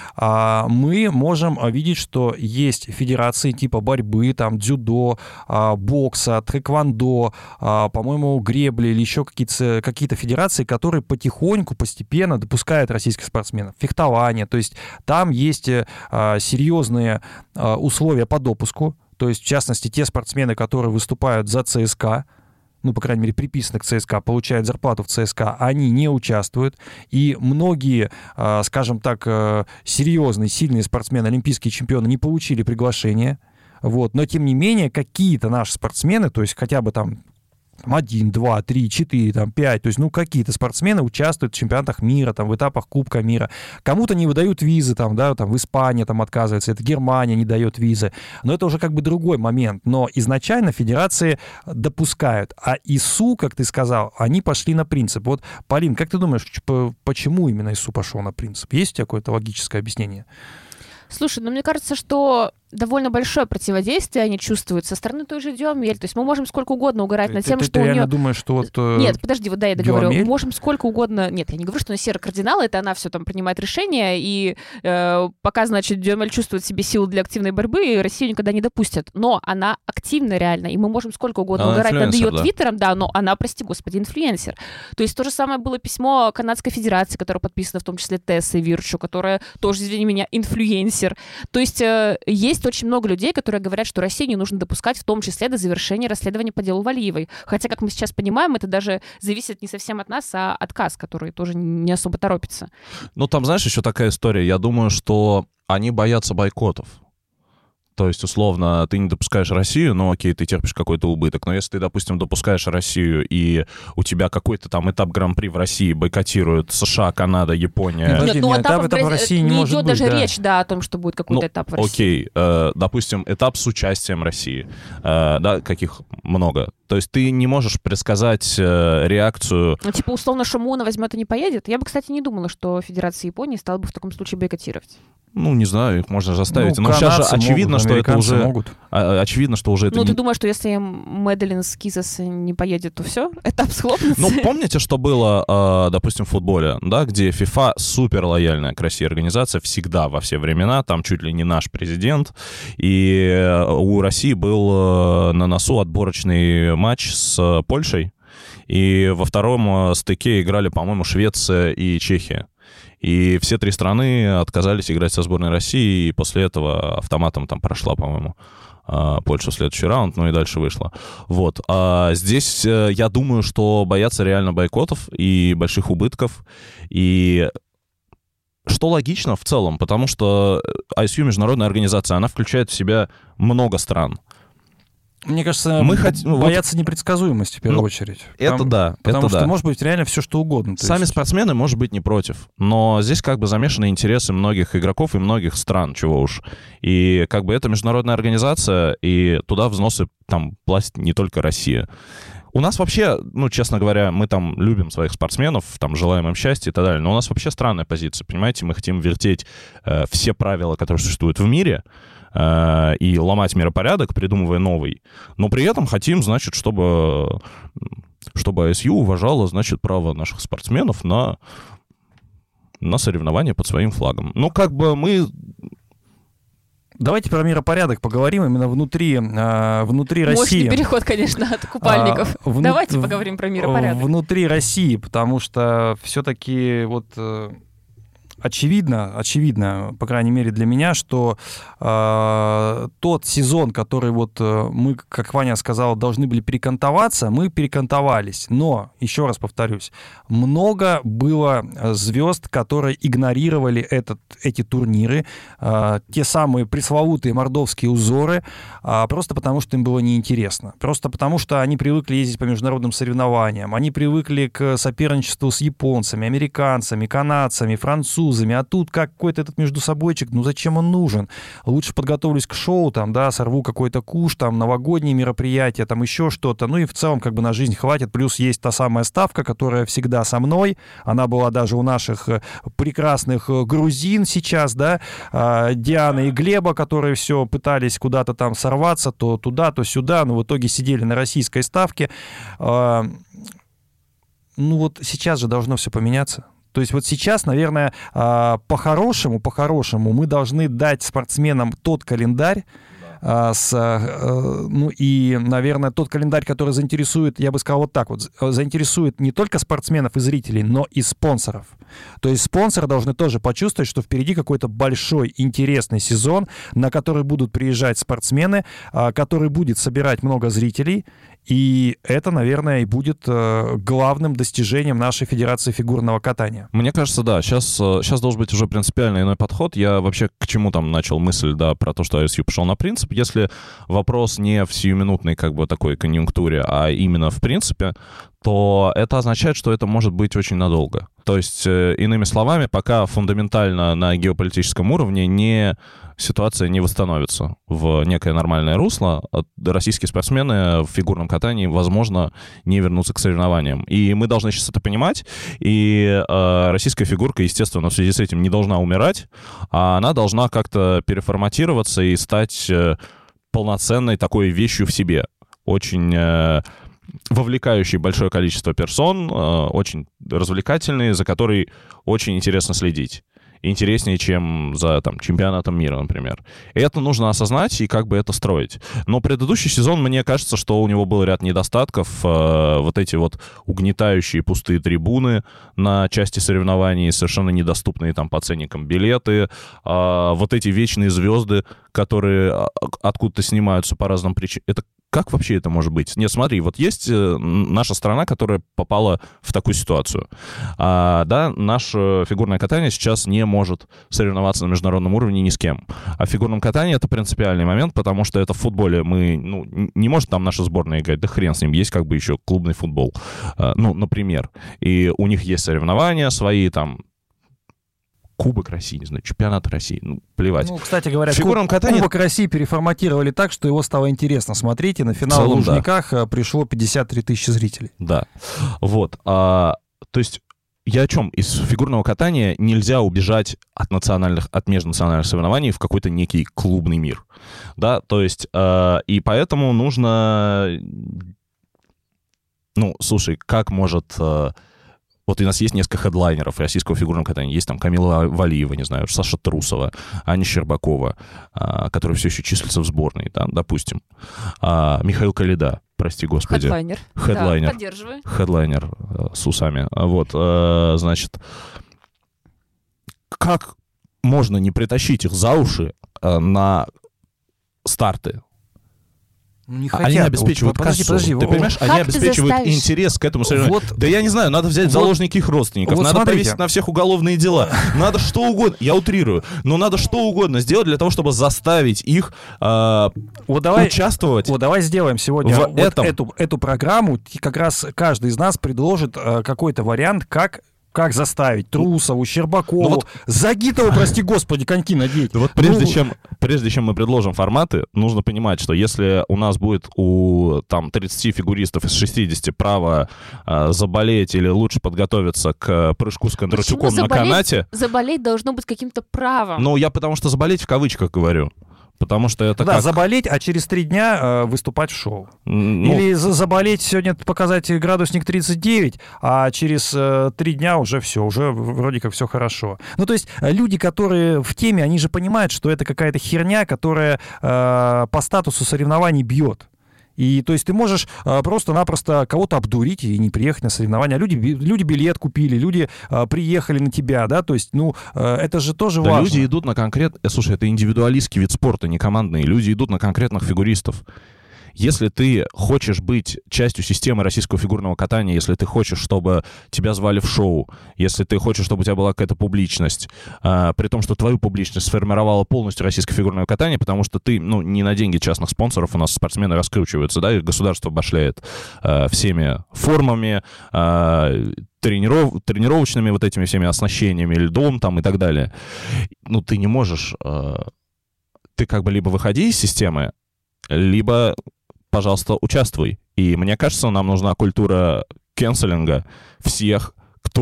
А мы можем видеть, что есть федерации типа борьбы, там, дзюдо, бокса, тхэквондо, по-моему, гребли или еще какие-то, какие-то федерации, которые потихоньку, постепенно допускают российских спортсменов. Фехтование, то есть там есть серьезные условия по допуску. То есть, в частности, те спортсмены, которые выступают за ЦСКА, ну, по крайней мере, приписаны к ЦСКА, получают зарплату в ЦСКА, они не участвуют. И многие, скажем так, серьезные, сильные спортсмены, олимпийские чемпионы не получили приглашение. Вот. Но, тем не менее, какие-то наши спортсмены, то есть хотя бы там один, два, три, четыре, там, пять, то есть, ну, какие-то спортсмены участвуют в чемпионатах мира, там, в этапах Кубка мира. Кому-то не выдают визы, там, да, там, в Испании там отказывается, это Германия не дает визы. Но это уже как бы другой момент. Но изначально федерации допускают. А ИСУ, как ты сказал, они пошли на принцип. Вот, Полин, как ты думаешь, почему именно ИСУ пошел на принцип? Есть у тебя какое-то логическое объяснение? Слушай, ну мне кажется, что довольно большое противодействие они чувствуют со стороны той же Дюамель. То есть мы можем сколько угодно угорать над тем, ты, что ты у реально нее... думаешь, что вот... Э... Нет, подожди, вот да, я договорю. Дюамель? Мы можем сколько угодно... Нет, я не говорю, что она серый кардинал, это она все там принимает решения, и э, пока, значит, Дюамель чувствует в себе силы для активной борьбы, Россию никогда не допустят. Но она активна реально, и мы можем сколько угодно она угорать над ее да. твиттером, да, но она, прости господи, инфлюенсер. То есть то же самое было письмо Канадской Федерации, которое подписано в том числе Тессой Вирчу, которая тоже, извини меня, инфлюенсер. То есть э, есть очень много людей, которые говорят, что Россию не нужно допускать, в том числе до завершения расследования по делу Валиевой. Хотя, как мы сейчас понимаем, это даже зависит не совсем от нас, а от КАС, который тоже не особо торопится. Ну, там, знаешь, еще такая история. Я думаю, что они боятся бойкотов. То есть, условно, ты не допускаешь Россию, ну, окей, ты терпишь какой-то убыток. Но если ты, допустим, допускаешь Россию, и у тебя какой-то там этап Гран-при в России бойкотируют США, Канада, Япония... Нет, ну, этап, этап, этап в России не, не может идет быть, даже да. речь, да, о том, что будет какой-то ну, этап в России. Окей, э, допустим, этап с участием России, э, да, каких много. То есть ты не можешь предсказать э, реакцию... Ну, типа, условно, Шимона возьмет и не поедет. Я бы, кстати, не думала, что Федерация Японии стала бы в таком случае бойкотировать. Ну, не знаю, их можно заставить. Ну, Но сейчас же канадцы очевидно, могут, что это уже... могут. А, очевидно, что уже это Ну, не... ты думаешь, что если Мэдалин Скизас не поедет, то все? Этап схлопнется? Ну, помните, что было, э, допустим, в футболе, да, где FIFA супер лояльная к России организация всегда, во все времена, там чуть ли не наш президент, и у России был на носу отборочный матч с Польшей, и во втором стыке играли, по-моему, Швеция и Чехия. И все три страны отказались играть со сборной России, и после этого автоматом там прошла, по-моему, Польша в следующий раунд, ну и дальше вышла. Вот. А здесь я думаю, что боятся реально бойкотов и больших убытков, и что логично в целом, потому что ай эс ю международная организация, она включает в себя много стран. Мне кажется, мы хот... боятся вот... непредсказуемости в первую ну, очередь. Это потому, да. Потому это что да. может быть реально все, что угодно. Сами есть... спортсмены, может быть, не против. Но здесь как бы замешаны интересы многих игроков и многих стран, чего уж. И как бы это международная организация, и туда взносы там платит не только Россия. У нас вообще, ну, честно говоря, мы там любим своих спортсменов, там, желаем им счастья и так далее, но у нас вообще странная позиция, понимаете? Мы хотим вертеть э, все правила, которые существуют в мире, э, и ломать миропорядок, придумывая новый, но при этом хотим, значит, чтобы, чтобы ай эс ю уважала, значит, право наших спортсменов на, на соревнования под своим флагом. Ну, как бы мы... Давайте про миропорядок поговорим именно внутри, э, внутри России. Мощный переход, конечно, от купальников. А, вну... Давайте поговорим про миропорядок. Внутри России, потому что все-таки вот... Э, очевидно, очевидно, по крайней мере для меня, что э, тот сезон, который вот э, мы, как Ваня сказал, должны были перекантоваться, мы перекантовались. Но, еще раз повторюсь, много было звезд, которые игнорировали этот, эти турниры, э, те самые пресловутые мордовские узоры, э, просто потому, что им было неинтересно. Просто потому, что они привыкли ездить по международным соревнованиям, они привыкли к соперничеству с японцами, американцами, канадцами, французами, а тут какой-то этот междусобойчик, ну зачем он нужен? Лучше подготовлюсь к шоу, там, да, сорву какой-то куш, там, новогодние мероприятия, там, еще что-то, ну и в целом, как бы, на жизнь хватит, плюс есть та самая ставка, которая всегда со мной, она была даже у наших прекрасных грузин сейчас, да, Дианы и Глеба, которые все пытались куда-то там сорваться, то туда, то сюда, но в итоге сидели на российской ставке. Ну вот сейчас же должно все поменяться. То есть вот сейчас, наверное, по-хорошему, по-хорошему мы должны дать спортсменам тот календарь, а, с, а, ну и, наверное, тот календарь, который заинтересует, я бы сказал вот так вот, заинтересует не только спортсменов и зрителей, но и спонсоров. То есть спонсоры должны тоже почувствовать, что впереди какой-то большой интересный сезон, на который будут приезжать спортсмены, а, который будет собирать много зрителей. И это, наверное, и будет э, главным достижением нашей Федерации фигурного катания. Мне кажется, да, сейчас, сейчас должен быть уже принципиально иной подход. Я вообще к чему там начал мысль, да, про то, что ай эс ю пошел на принцип. Если вопрос не в сиюминутной как бы такой конъюнктуре, а именно в принципе, то это означает, что это может быть очень надолго. То есть, э, иными словами, пока фундаментально на геополитическом уровне не... ситуация не восстановится в некое нормальное русло, российские спортсмены в фигурном катании, возможно, не вернутся к соревнованиям. И мы должны сейчас это понимать. И э, российская фигурка, естественно, в связи с этим не должна умирать, а она должна как-то переформатироваться и стать э, полноценной такой вещью в себе. Очень... Э, вовлекающий большое количество персон, э, очень развлекательный, за которой очень интересно следить. Интереснее, чем за там, чемпионатом мира, например. И это нужно осознать и как бы это строить. Но предыдущий сезон, мне кажется, что у него был ряд недостатков. Э, вот эти вот угнетающие пустые трибуны на части соревнований, совершенно недоступные там по ценникам билеты, э, вот эти вечные звезды, которые откуда-то снимаются по разным причинам. Это как вообще это может быть? Нет, смотри, вот есть наша страна, которая попала в такую ситуацию. А, да, наше фигурное катание сейчас не может соревноваться на международном уровне ни с кем. А в фигурном катании это принципиальный момент, потому что это в футболе мы, ну, не может там наша сборная играть, да хрен с ним, есть как бы еще клубный футбол, а, ну, например. И у них есть соревнования свои, там, Кубок России, не знаю, чемпионат России, ну, плевать. Ну, кстати говоря, в фигурном Куб, катании... Кубок России переформатировали так, что его стало интересно смотреть, и на финал целом, в Лужниках да. пришло пятьдесят три тысячи зрителей. Да, вот. А, то есть я о чем? Из фигурного катания нельзя убежать от национальных, от межнациональных соревнований в какой-то некий клубный мир, да, то есть, а, и поэтому нужно, ну, слушай, как может... Вот у нас есть несколько хедлайнеров российского фигурного катания. Есть там Камила Валиева, не знаю, Саша Трусова, Аня Щербакова, а, которые все еще числятся в сборной, там, допустим. А, Михаил Калида, прости господи. Хедлайнер. Хедлайнер. Да, поддерживаю. Хедлайнер а, с усами. Вот, а, значит, как можно не притащить их за уши а, на старты? Не хотят. Они обеспечивают вот, подожди, кассу. подожди, Ты вот, понимаешь, как они ты обеспечивают заставишь? интерес к этому соревнованию. Вот, да я не знаю, надо взять в вот, заложники их родственников, вот надо смотрите. повесить на всех уголовные дела, надо что угодно, я утрирую, но надо что угодно сделать для того, чтобы заставить их э, вот давай, участвовать. Вот давай сделаем сегодня в вот этом. Эту, эту программу, как раз каждый из нас предложит э, какой-то вариант, как... Как заставить Трусову, Щербакову, ну вот... Загитову, прости господи, коньки надеть. Ну вот прежде, ну... чем, прежде чем мы предложим форматы, нужно понимать, что если у нас будет у там, тридцати фигуристов из шестидесяти право э, заболеть или лучше подготовиться к прыжку с Кондрачуком на канате... Заболеть должно быть каким-то правом. Ну, я потому что заболеть в кавычках говорю. Потому что это да, как... заболеть, а через три дня э, выступать в шоу. Ну... Или за- заболеть сегодня показать градусник тридцать девять, а через э, три дня уже все, уже вроде как все хорошо. Ну, то есть люди, которые в теме, они же понимают, что это какая-то херня, которая э, по статусу соревнований бьет. И то есть ты можешь а, просто-напросто кого-то обдурить и не приехать на соревнования. А люди, люди билет купили, люди а, приехали на тебя, да, то есть, ну, а, это же тоже да, важно. Люди идут на конкрет... Слушай, это индивидуалистский вид спорта, не командный. Люди идут на конкретных фигуристов. Если ты хочешь быть частью системы российского фигурного катания, если ты хочешь, чтобы тебя звали в шоу, если ты хочешь, чтобы у тебя была какая-то публичность, э, при том, что твою публичность сформировала полностью российское фигурное катание, потому что ты, ну, не на деньги частных спонсоров у нас спортсмены раскручиваются, да, и государство башляет э, всеми формами, э, трениров, тренировочными вот этими всеми оснащениями, льдом там и так далее. Ну, ты не можешь... Э, ты как бы либо выходи из системы, либо... пожалуйста, участвуй. И мне кажется, нам нужна культура кэнселинга всех, кто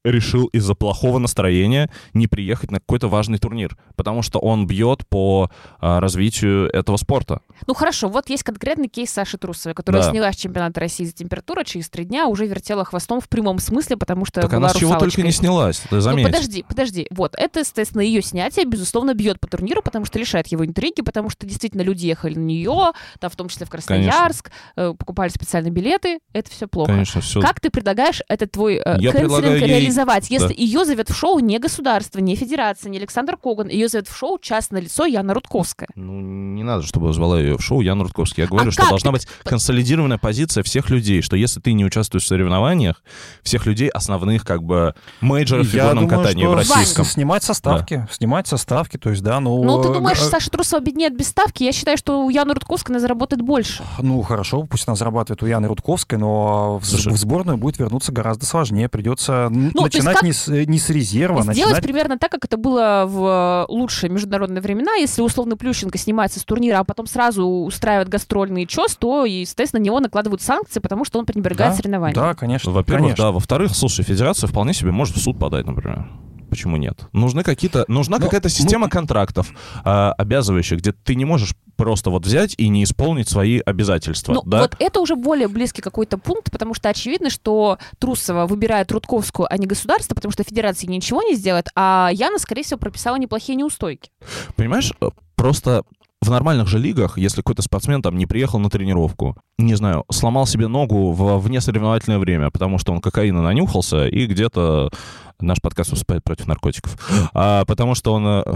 решил из-за плохого настроения не приехать на какой-то важный турнир, потому что он бьет по а, развитию этого спорта. Ну хорошо, вот есть конкретный кейс Саши Трусовой, которая Да. снялась с чемпионата России за температуру, через три дня уже вертела хвостом в прямом смысле, потому что Так была она с чего русалочкой. только не снялась, ты Ну, заметь. подожди, подожди. Вот, это, естественно, ее снятие, безусловно, бьет по турниру, потому что лишает его интриги, потому что действительно люди ехали на нее, там, в том числе в Красноярск, э, покупали специальные билеты. Это все плохо. Конечно, все. Как ты предлагаешь этот твой э, Я предлагаю кэнселинг ей- реализовать, если Да. ее зовет в шоу не государство, не федерация, не Александр Коган, ее зовет в шоу частное лицо Яна Рудковская? Ну, не надо, чтобы звала ее в шоу Яна Рудковский. Я говорю, А что как должна ты- быть консолидированная позиция всех людей, что если ты не участвуешь в соревнованиях, всех людей основных, как бы, мейджоров в Я фигурном думаю, катании что в российском. с- снимать со ставки. Снимать со ставки, то есть, да, ну... Ну, ты э, думаешь, э, Саша Трусова беднеет без ставки? Я считаю, что у Яны Рудковской она заработает больше. Ну, хорошо, пусть она зарабатывает у Яны Рудковской, но в, Слушай. в сборную будет вернуться гораздо сложнее. Придется н- Ну, то есть начинать как не, с, не с резерва, Сделать начинать... примерно так, как это было в лучшие международные времена. Если условно Плющенко снимается с турнира, а потом сразу устраивает гастрольный чес, то, естественно, на него накладывают санкции, потому что он пренебрегает Да, соревнованиями. да, конечно. Во-первых, конечно. да. Во-вторых, слушай, федерация вполне себе может в суд подать, например. Почему нет? Нужны какие-то, нужна Ну, какая-то система контрактов, а, обязывающих, где ты не можешь просто вот взять и не исполнить свои обязательства. Ну, да? вот это уже более близкий какой-то пункт, потому что очевидно, что Трусова выбирает Рудковскую, а не государство, потому что федерация ничего не сделает, а Яна, скорее всего, прописала неплохие неустойки. Понимаешь, э, просто в нормальных же лигах, если какой-то спортсмен там не приехал на тренировку, не знаю, сломал себе ногу в внесоревновательное время, потому что он кокаина нанюхался и где-то наш подкаст выступает против наркотиков. А, потому что он... э,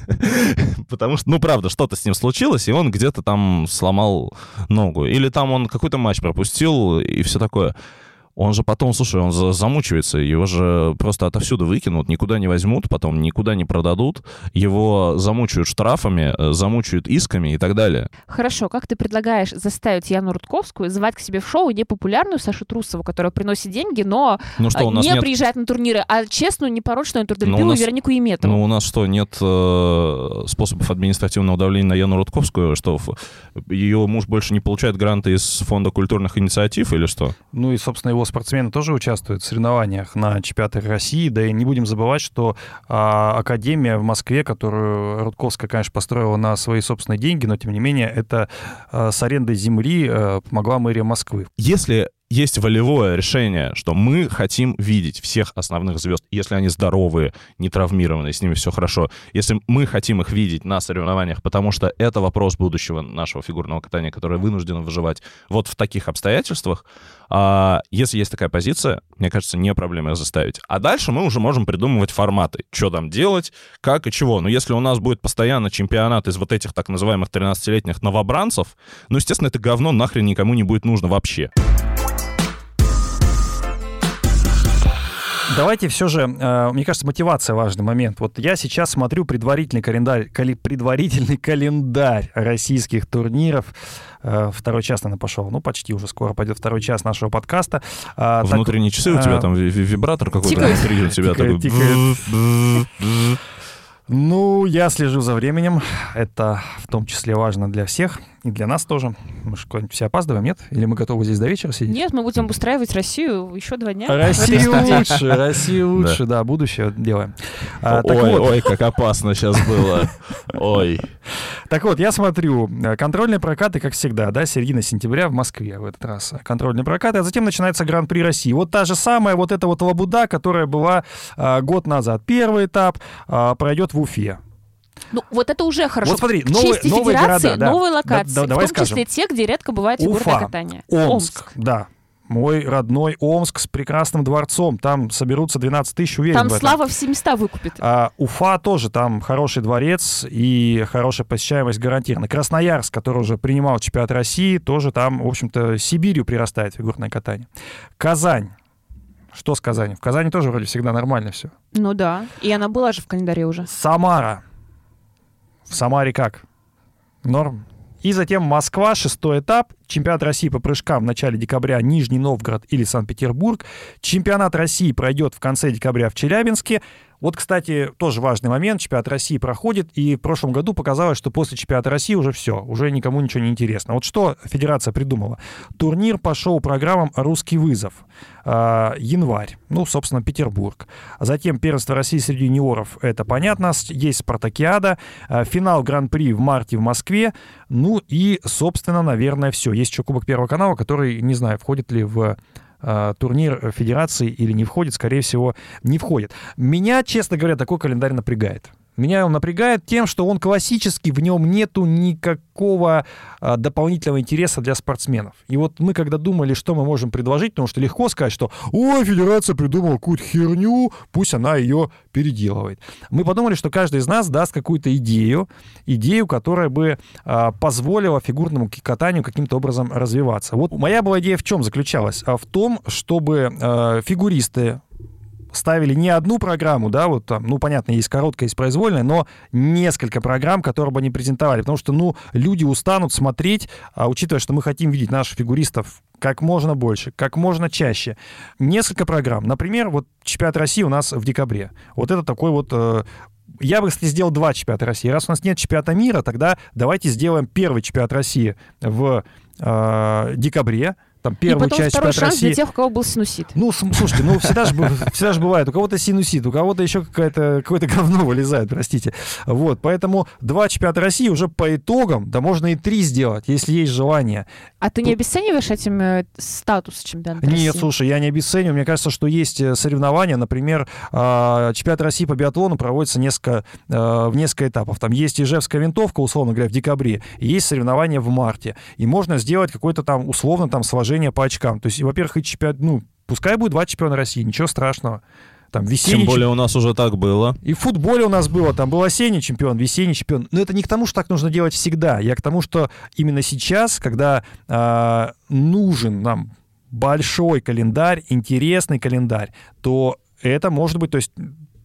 Потому что, ну, правда, что-то с ним случилось, и он где-то там сломал ногу. Или там он какой-то матч пропустил, и все такое. Он же потом, слушай, он за- замучивается, его же просто отовсюду выкинут, никуда не возьмут, потом никуда не продадут, его замучают штрафами, э, замучают исками и так далее. Хорошо, как ты предлагаешь заставить Яну Рудковскую звать к себе в шоу не популярную Сашу Трусову, которая приносит деньги, но Ну что, у а, нас не нет... приезжает на турниры, а честную, непорочную, Ну, трудолюбивую у нас- Веронику Еметову? Ну, у нас что, нет э, способов административного давления на Яну Рудковскую, что ф- ее муж больше не получает гранты из Фонда культурных инициатив или что? Ну и, собственно, его спортсмены тоже участвуют в соревнованиях на чемпионате России. Да и не будем забывать, что а, академия в Москве, которую Рудковская, конечно, построила на свои собственные деньги, но, тем не менее, это а, с арендой земли а, помогла мэрия Москвы. Если есть волевое решение, что мы хотим видеть всех основных звезд, если они здоровые, не травмированные, с ними все хорошо, если мы хотим их видеть на соревнованиях, потому что это вопрос будущего нашего фигурного катания, которое вынуждено выживать вот в таких обстоятельствах, а, если есть такая позиция, мне кажется, не проблема их заставить. А дальше мы уже можем придумывать форматы, что там делать, как и чего. Но если у нас будет постоянно чемпионат из вот этих так называемых тринадцатилетних новобранцев, ну, естественно, это говно нахрен никому не будет нужно вообще. Давайте все же, э, мне кажется, мотивация важный момент. Вот я сейчас смотрю предварительный календарь, кали- предварительный календарь российских турниров. Э, второй час, наверное, пошел. Ну, почти уже скоро пойдет второй час нашего подкаста. А, так, Внутренние часы у тебя а, там ви- ви- вибратор какой-то Тикает. внутри у тебя Тикает, такой. тикает. Ну, я слежу за временем. Это в том числе важно для всех и для нас тоже. Мы же куда-нибудь все опаздываем, нет? Или мы готовы здесь до вечера сидеть? Нет, мы будем устраивать Россию еще два дня. Россия в этой студии. лучше, Россия лучше, да, будущее делаем. А, так Ой, вот, ой, как опасно сейчас было. Ой. Так вот, я смотрю, э, контрольные прокаты, как всегда, да, середина сентября в Москве в этот раз. Контрольные прокаты, а затем начинается Гран-при России. Вот та же самая вот эта вот лабуда, которая была э, год назад. Первый этап э, пройдет в Уфе. Ну, вот это уже хорошо. Вот смотри, К новые- чести новые федерации, города, да. новые Да, локации, да, давай в том числе скажем. те, где редко бывает фигурное Уфа, катание. Омск, да. Мой родной Омск с прекрасным дворцом. Там соберутся двенадцать тысяч, уверен Там в этом. Слава все места выкупит. А Уфа тоже, там хороший дворец и хорошая посещаемость гарантирована. Красноярск, который уже принимал чемпионат России, тоже там, в общем-то, Сибирью прирастает фигурное катание. Казань. Что с Казани? В Казани тоже вроде всегда нормально все. Ну да. И она была же в календаре уже. Самара. В Самаре как? Норм. И затем Москва, шестой этап. Чемпионат России по прыжкам в начале декабря Нижний Новгород или Санкт-Петербург. Чемпионат России пройдет в конце декабря в Челябинске. Вот, кстати, тоже важный момент. Чемпионат России проходит, и в прошлом году показалось, что после чемпионата России уже все, уже никому ничего не интересно. Вот что федерация придумала? Турнир по шоу-программам «Русский вызов». Э, январь, ну, собственно, Петербург. Затем первенство России среди юниоров, это понятно, есть спартакиада, э, финал Гран-при в марте в Москве, ну и, собственно, наверное, все. Есть еще Кубок Первого канала, который, не знаю, входит ли в турнир федерации или не входит, скорее всего, не входит. Меня, честно говоря, такой календарь напрягает. Меня он напрягает тем, что он классический, в нем нету никакого а, дополнительного интереса для спортсменов. И вот мы, когда думали, что мы можем предложить, потому что легко сказать, что «Ой, федерация придумала какую-то херню, пусть она ее переделывает». Мы подумали, что каждый из нас даст какую-то идею, идею, которая бы а, позволила фигурному катанию каким-то образом развиваться. Вот моя была идея в чем заключалась? А в том, чтобы а, фигуристы ставили не одну программу, да, вот там, ну, понятно, есть короткая, есть произвольная, но несколько программ, которые бы они презентовали, потому что, ну, люди устанут смотреть, а, учитывая, что мы хотим видеть наших фигуристов как можно больше, как можно чаще. Несколько программ. Например, вот чемпионат России у нас в декабре. Вот это такой вот... Э, я бы, кстати, сделал два чемпионата России. Раз у нас нет чемпионата мира, тогда давайте сделаем первый чемпионат России в э, декабре. Там первую и потом часть второй чемпионата шанс России. для тех, у кого был синусит. Ну, слушайте, ну всегда же, всегда же бывает. У кого-то синусит, у кого-то еще какое-то, какое-то говно вылезает, простите. Вот, поэтому два чемпионата России уже по итогам, да можно и три сделать, если есть желание. А ты не обесцениваешь этим э, статус чемпионата России? Нет, слушай, я не обесцениваю. Мне кажется, что есть соревнования. Например, э, чемпионат России по биатлону проводится несколько, э, в несколько этапов. Там есть ижевская винтовка, условно говоря, в декабре, и есть соревнования в марте. И можно сделать какое-то там, условно, там, сложение по очкам. То есть, во-первых, и чемпионат, ну, пускай будет два чемпиона России, ничего страшного. Там весенний Тем более чемп... у нас уже так было. И в футболе у нас было, там был осенний чемпион, весенний чемпион. Но это не к тому, что так нужно делать всегда. Я к тому, что именно сейчас, когда э, нужен нам большой календарь, интересный календарь, то это может быть, то есть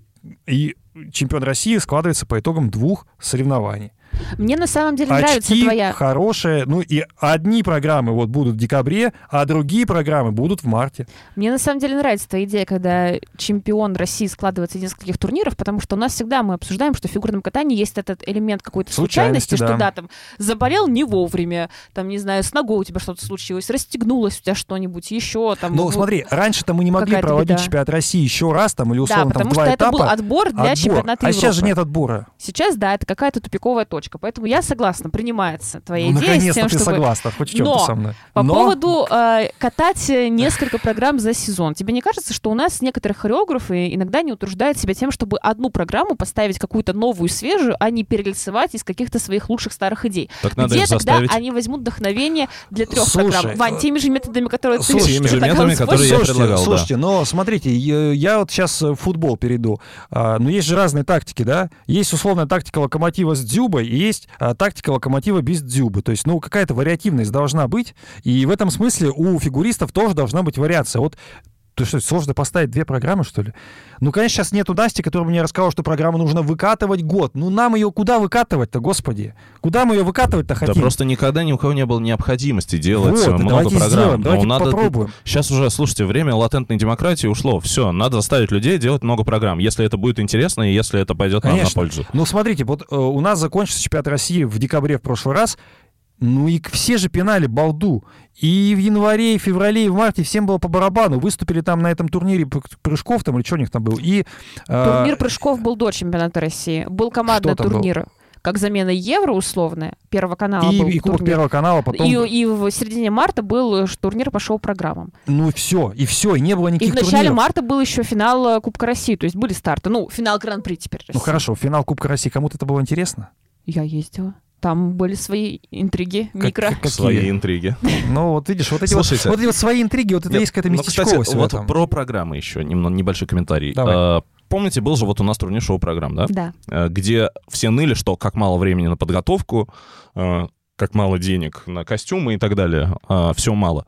и чемпион России складывается по итогам двух соревнований. Мне на самом деле Очки нравится твоя... хорошие, ну и одни программы вот будут в декабре, а другие программы будут в марте. Мне на самом деле нравится твоя идея, когда чемпион России складывается из нескольких турниров, потому что у нас всегда мы обсуждаем, что в фигурном катании есть этот элемент какой-то случайности, случайности, что да. да, там заболел не вовремя, там, не знаю, с ногой у тебя что-то случилось, расстегнулось у тебя что-нибудь, еще там... Ну, вот, смотри, раньше-то мы не могли проводить беда. чемпионат России еще раз, там, или условно, да, там, потому два что этапа. это был отбор для отбор. чемпионата А Европы. сейчас же нет отбора. Сейчас, да, это какая-то тупиковая точка, поэтому я согласна, принимается твоя Ну, идея с наконец-то тем, ты чтобы... согласна, хоть в чем Но ты со мной. По Но... поводу э, катать несколько программ за сезон. Тебе не кажется, что у нас некоторые хореографы иногда не утруждают себя тем, чтобы одну программу поставить какую-то новую, свежую, а не перелицевать из каких-то своих лучших старых идей? Так надо Где их тогда заставить. они возьмут вдохновение для трех Слушай, программ? Вань, теми же методами, которые ты слушай, теми же предлагал методами, которые я Слушайте, предлагал, да. слушайте, но смотрите, я, я вот сейчас в футбол перейду. А, ну, есть же разные тактики, да? Есть условная тактика локомотива с дзюбой, и есть а, тактика локомотива без дзюбы. То есть, ну, какая-то вариативность должна быть, и в этом смысле у фигуристов тоже должна быть вариация. Вот, то что, сложно поставить две программы, что ли? Ну, конечно, сейчас нету Насти, которая мне рассказала, что программу нужно выкатывать год. Ну, нам ее куда выкатывать-то, господи? Куда мы ее выкатывать-то хотим? Да просто никогда ни у кого не было необходимости делать Вот, много давайте программ. сделаем, Но давайте надо... попробуем. Сейчас уже, слушайте, время латентной демократии ушло. Все, надо заставить людей делать много программ, если это будет интересно и если это пойдет нам на пользу. Ну, смотрите, вот э, у нас закончился чемпионат России в декабре в прошлый раз. Ну и все же пинали балду. И в январе, и в феврале, и в марте всем было по барабану. Выступили там на этом турнире прыжков, там, или что у них там был. И, э... Турнир прыжков был до чемпионата России. Был командный турнир. Как замена Евро условная. Первого канала и, был и Кубок турнир. Первого канала потом... И, и в середине марта был турнир по шоу-программам. Ну и все, и все, и не было никаких турниров. И в начале марта был еще финал Кубка России, то есть были старты. Ну, финал Гран-при теперь России. Ну хорошо, финал Кубка России, кому-то это было интересно? Я ездила. Там были свои интриги, как, микро. Как, свои интриги. Ну, вот видишь, вот эти, вот, вот эти вот свои интриги, вот это Нет, есть какая-то ну, местечковость кстати, в вот этом. про программы еще немного, небольшой комментарий. Давай. А, помните, был же вот у нас турнир шоу-программ, да? Да. А, где все ныли, что как мало времени на подготовку, а, как мало денег на костюмы и так далее. А, все мало.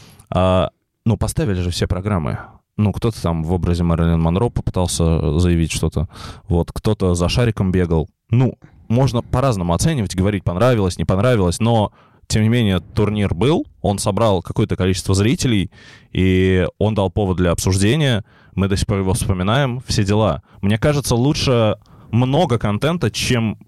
А, ну, поставили же все программы. Ну, кто-то там в образе Мэрилин Монро попытался заявить что-то. Вот, кто-то за шариком бегал. Ну, можно по-разному оценивать, говорить, понравилось, не понравилось, но тем не менее, турнир был, он собрал какое-то количество зрителей, и он дал повод для обсуждения, мы до сих пор его вспоминаем, все дела. Мне кажется, лучше много контента, чем...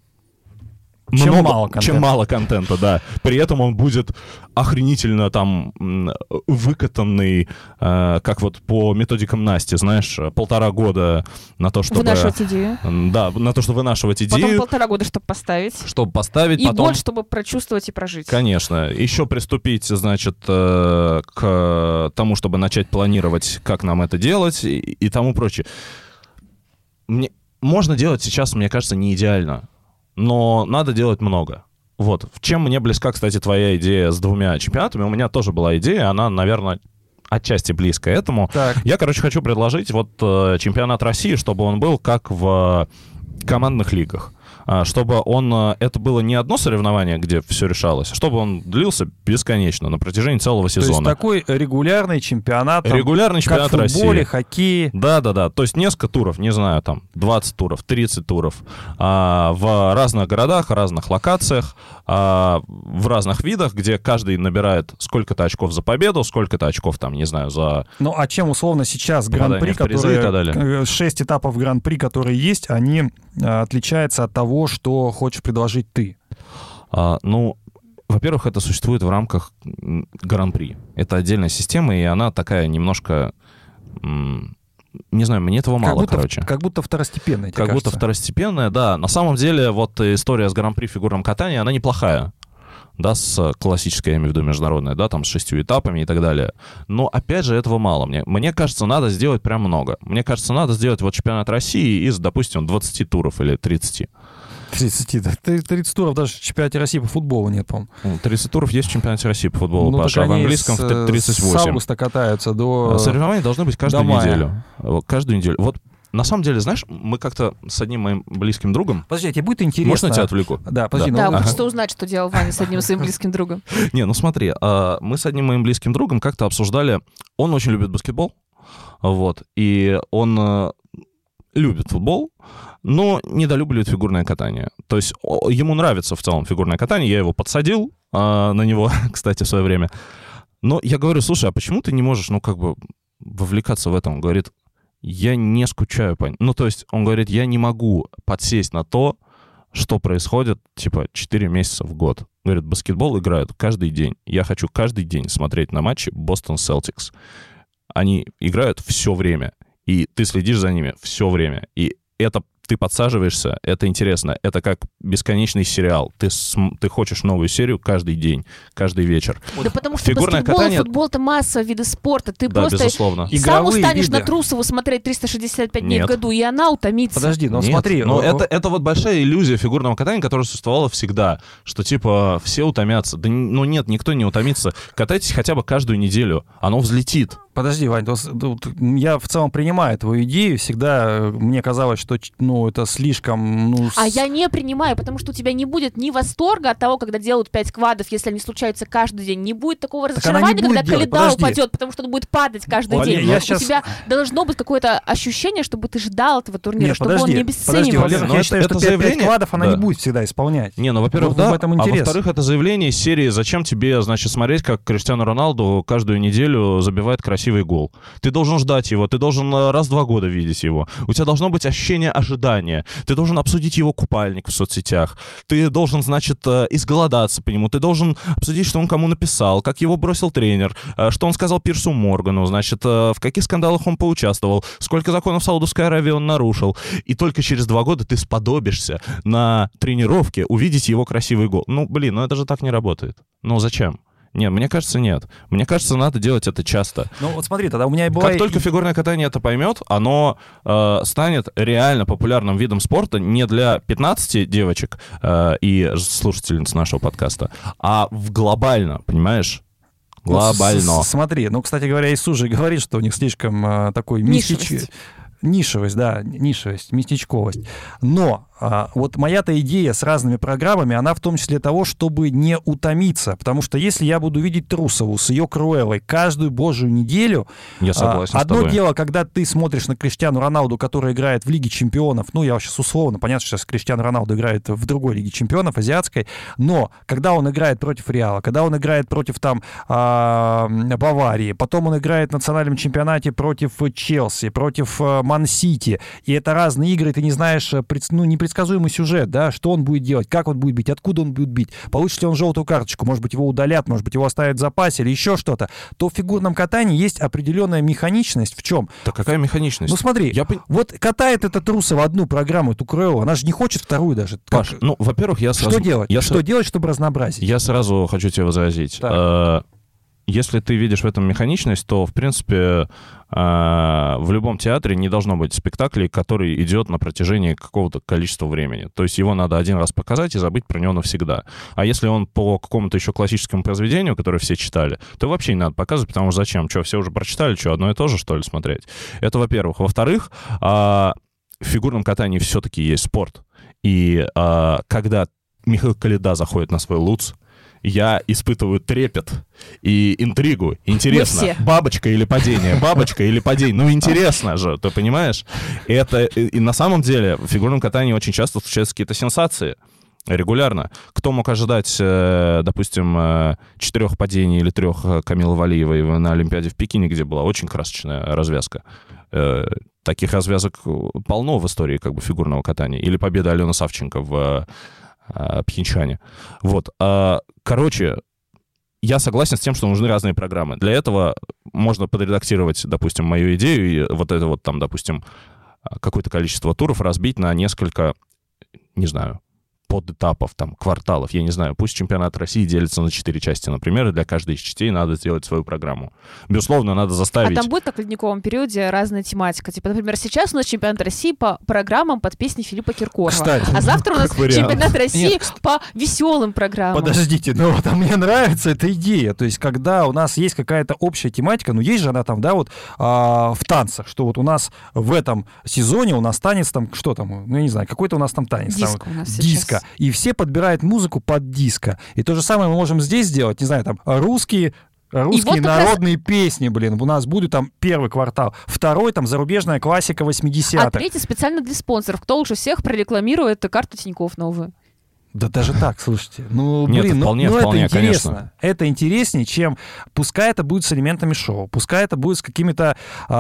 Чем много, мало контента. Чем мало контента, да. При этом он будет охренительно там выкатанный, э, как вот по методикам Насти, знаешь, полтора года на то, чтобы... Вынашивать идею. Да, на то, чтобы вынашивать идею. Потом полтора года, чтобы поставить. Чтобы поставить, и потом... год, чтобы прочувствовать и прожить. Конечно. Еще приступить, значит, э, к тому, чтобы начать планировать, как нам это делать и, и тому прочее. Мне... Можно делать сейчас, мне кажется, не идеально. Но надо делать много. Вот. В чем мне близка, кстати, твоя идея с двумя чемпионатами? У меня тоже была идея, она, наверное, отчасти близко этому. Так. Я, короче, хочу предложить вот э, чемпионат России, чтобы он был как в командных лигах. Чтобы он, это было не одно соревнование, где все решалось, а чтобы он длился бесконечно на протяжении целого сезона. То есть такой регулярный чемпионат. Там, регулярный чемпионат как в футболе, России. Хоккее. Да-да-да. То есть несколько туров, не знаю, там двадцать туров, тридцать туров а, в разных городах, разных локациях, а, в разных видах, где каждый набирает сколько-то очков за победу, сколько-то очков там, не знаю, за... Ну, а чем условно сейчас Гран-при, которые... Шесть этапов Гран-при, которые есть, они а, отличаются от того, что хочешь предложить ты? А, ну, во-первых, это существует в рамках Гран-при. Это отдельная система, и она такая немножко... М- не знаю, мне этого мало, как будто, короче. Как будто второстепенная, Как кажется. будто второстепенная, да. На самом деле, вот история с Гран-при в фигурном катании, она неплохая. Да, с классической, я имею в виду международной, да, там с шестью этапами и так далее. Но, опять же, этого мало. Мне, мне кажется, надо сделать прям много. Мне кажется, надо сделать вот чемпионат России из, допустим, двадцати туров или тридцати. тридцать, да. тридцать туров даже в чемпионате России по футболу нет, по-моему. тридцать туров есть в чемпионате России по футболу, ну, Паша, а в английском с, тридцать восемь. С августа катаются до... Соревнования должны быть каждую до мая. неделю. Каждую неделю. Вот на самом деле, знаешь, мы как-то с одним моим близким другом... Подожди, тебе будет интересно... Можно я тебя отвлеку? Да, подожди. Да, ну... да хочется узнать, что делал Ваня с одним своим близким другом. Не, ну смотри, мы с одним моим близким другом как-то обсуждали... Он очень любит баскетбол, вот, и он любит футбол, но недолюбливает фигурное катание. То есть ему нравится в целом фигурное катание, я его подсадил на него, кстати, в свое время. Но я говорю, слушай, а почему ты не можешь, ну, как бы, вовлекаться в это? Он говорит... Я не скучаю по... Ну, то есть, он говорит, я не могу подсесть на то, что происходит, типа, четыре месяца в год. Говорит, баскетбол играют каждый день. Я хочу каждый день смотреть на матчи Бостон Селтикс. Они играют все время, и ты следишь за ними все время. И это ты подсаживаешься, это интересно. Это как бесконечный сериал. Ты, см- ты хочешь новую серию каждый день, каждый вечер. Да потому что фигурное баскетбол катание... и футбол — это масса виды спорта. Ты да, просто безусловно. сам Игровые устанешь виды. на Трусову смотреть триста шидцать пять дней Нет. в году, и она утомится. Подожди, ну Нет, смотри... но о- это, это вот большая иллюзия фигурного катания, которая существовала всегда, что типа все утомятся. Да н- ну нет, никто не утомится. Катайтесь хотя бы каждую неделю, оно взлетит. Подожди, Вань, вот, вот, я в целом принимаю твою идею. Всегда мне казалось, что ну, это слишком... Ну, А с- я не принимаю, потому что у тебя не будет ни восторга от того, когда делают пять квадов, если они случаются каждый день. Не будет такого Так она не разочарования, будет когда делать, коляда подожди. упадет, потому что он будет падать каждый Вот день. я У щас- тебя должно быть какое-то ощущение, чтобы ты ждал этого турнира, Нет, чтобы подожди, он не подожди, обесценивался. во-первых, Но я это- считаю, это что пять заявление- квадов она да. не будет всегда исполнять. Не, ну, во-первых, Вот да, в этом а интерес. во-вторых, это заявление из серии «Зачем тебе, значит, смотреть, как Криштиану Роналду каждую неделю забивает красивый гол?» Ты должен ждать его, ты должен э, раз в два года видеть его. У тебя должно быть ощущение ожидания. Ты должен обсудить его купальник в соцсетях. Ты должен, значит, э, изголодаться по нему. Ты должен обсудить, что он кому написал, как его бросил тренер, э, что он сказал Пирсу Моргану, значит, э, в каких скандалах он поучаствовал, сколько законов Саудовской Аравии он нарушил. И только через два года ты сподобишься на тренировке увидеть его красивый гол. Ну, блин, ну это же так не работает. Ну, зачем? Нет, мне кажется, нет. Мне кажется, надо делать это часто. Ну вот смотри, тогда у меня и была... Как только фигурное катание это поймет, оно э, станет реально популярным видом спорта не для пятнадцати девочек э, и слушательниц нашего подкаста, а в глобально, понимаешь? Глобально. Ну, с- смотри, ну, кстати говоря, Иисус же говорит, что у них слишком э, такой мистич... Нишевость. Нишевость, да, нишевость, местечковость. Но А, вот моя-то идея с разными программами, она в том числе того, чтобы не утомиться. Потому что если я буду видеть Трусову с ее Круэллой каждую божью неделю... Я согласен а, с тобой. Одно дело, когда ты смотришь на Криштиану Роналду, который играет в Лиге чемпионов, ну, я сейчас условно, понятно, что сейчас Криштиану Роналду играет в другой Лиге чемпионов, азиатской, но когда он играет против Реала, когда он играет против там а, Баварии, потом он играет в национальном чемпионате против Челси, против Ман-Сити, и это разные игры, ты не знаешь, ну, не предсказуемый сюжет, да, что он будет делать, как он будет бить, откуда он будет бить, получит ли он желтую карточку, может быть, его удалят, может быть, его оставят в запасе или еще что-то, то в фигурном катании есть определенная механичность. В чем? Да какая механичность? Ну смотри, я... вот катает эта Трусова одну программу, эту Круэллу, она же не хочет вторую даже. Паш, как... ну, во-первых, я сразу... Что делать? Я что с... делать, чтобы разнообразить? Я сразу хочу тебе возразить. Если ты видишь в этом механичность, то, в принципе, в любом театре не должно быть спектакля, который идет на протяжении какого-то количества времени. То есть его надо один раз показать и забыть про него навсегда. А если он по какому-то еще классическому произведению, которое все читали, то вообще не надо показывать, потому что зачем? Что, все уже прочитали? Что, одно и то же, что ли, смотреть? Это, во-первых. Во-вторых, в фигурном катании все-таки есть спорт. И когда Михаил Коляда заходит на свой Луц, я испытываю трепет и интригу. Интересно, бабочка или падение, бабочка или падение. Ну, интересно же, ты понимаешь? Это, и, и на самом деле в фигурном катании очень часто случаются какие-то сенсации. Регулярно. Кто мог ожидать, допустим, четырех падений или трех Камилы Валиевой на Олимпиаде в Пекине, где была очень красочная развязка? Таких развязок полно в истории как бы фигурного катания. Или победа Алены Савченко в Пхенчхане. Вот. Короче, я согласен с тем, что нужны разные программы. Для этого можно подредактировать, допустим, мою идею, и вот это вот там, допустим, какое-то количество туров разбить на несколько, не знаю, подэтапов, там, кварталов, я не знаю, пусть чемпионат России делится на четыре части, например, и для каждой из частей надо сделать свою программу. Безусловно, надо заставить... А там будет так в ледниковом периоде разная тематика? Типа, например, сейчас у нас чемпионат России по программам под песни Филиппа Киркорова. Кстати, а завтра у нас чемпионат России Нет, по веселым программам. Подождите, ну вот а мне нравится эта идея. То есть, когда у нас есть какая-то общая тематика, ну есть же она там, да, вот а, в танцах, что вот у нас в этом сезоне у нас танец там, что там, ну я не знаю, какой-то у нас там танец. Диско там, у нас диско. сейчас. И все подбирают музыку под диско. И то же самое мы можем здесь сделать, не знаю, там, русские... Русские вот народные раз... песни, блин, у нас будет там первый квартал, второй там зарубежная классика восьмидесятых. А третий специально для спонсоров. Кто лучше всех прорекламирует карту Тинькофф новую? Да даже так, слушайте. Ну, Нет, блин, вполне, ну, вполне, это интересно. конечно. Это интереснее, чем... Пускай это будет с элементами шоу, пускай это будет с какими-то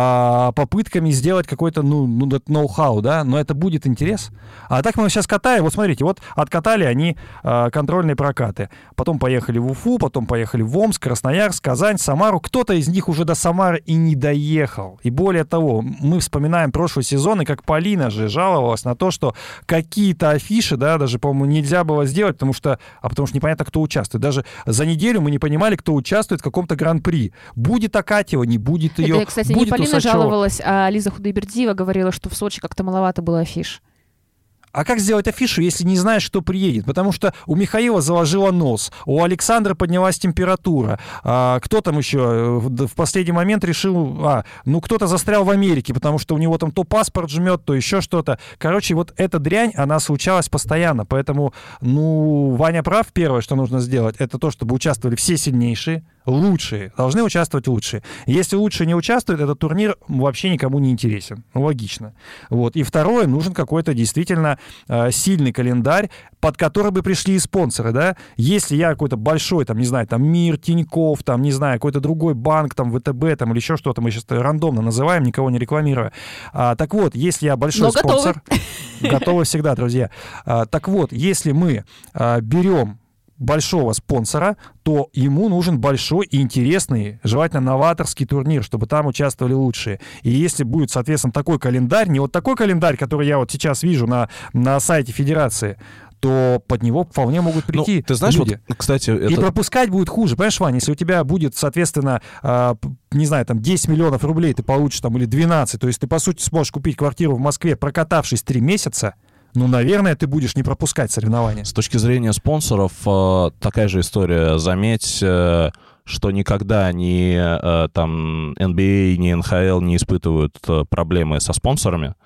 а, попытками сделать какой-то, ну, ну, ноу-хау, да, но это будет интерес. А так мы сейчас катаем, вот смотрите, вот откатали они а, контрольные прокаты. Потом поехали в Уфу, потом поехали в Омск, Красноярск, Казань, Самару. Кто-то из них уже до Самары и не доехал. И более того, мы вспоминаем прошлый сезон, и как Полина же жаловалась на то, что какие-то афиши, да, даже, по-моему, нельзя было сделать, потому что, а потому что непонятно, кто участвует. Даже за неделю мы не понимали, кто участвует в каком-то гран-при. Будет Акатьева, не будет ее. Это, кстати, будет не Полина Усачева. жаловалась, а Лиза Худайбердиева говорила, что в Сочи как-то маловато было афиш. А как сделать афишу, если не знаешь, кто приедет? Потому что у Михаила заложило нос, у Александра поднялась температура, а, кто там еще в последний момент решил... А, ну, кто-то застрял в Америке, потому что у него там то паспорт жмет, то еще что-то. Короче, вот эта дрянь, она случалась постоянно. Поэтому, ну, Ваня прав. Первое, что нужно сделать, это то, чтобы участвовали все сильнейшие, лучшие. Должны участвовать лучшие. Если лучшие не участвуют, этот турнир вообще никому не интересен. Ну, логично. Вот. И второе, нужен какой-то действительно э, сильный календарь, под который бы пришли и спонсоры, да. Если я какой-то большой, там, не знаю, там, МИР, Тинькофф, там, не знаю, какой-то другой банк, там, ВТБ, там, или еще что-то, мы сейчас рандомно называем, никого не рекламируя. А, так вот, если я большой Но спонсор... Готовы всегда, друзья. А, так вот, если мы а, берем большого спонсора, то ему нужен большой и интересный, желательно новаторский турнир, чтобы там участвовали лучшие. И если будет, соответственно, такой календарь, не вот такой календарь, который я вот сейчас вижу на, на сайте Федерации, то под него вполне могут прийти, ну, ты знаешь, люди. Вот, кстати, это... И пропускать будет хуже. Понимаешь, Ваня, если у тебя будет, соответственно, э, не знаю, там десять миллионов рублей ты получишь, там, или двенадцать, то есть ты, по сути, сможешь купить квартиру в Москве, прокатавшись три месяца, ну, наверное, ты будешь не пропускать соревнования. С точки зрения спонсоров, э, такая же история. Заметь, э, что никогда ни э, там эн би эй, ни эн ха эл не испытывают э, проблемы со спонсорами.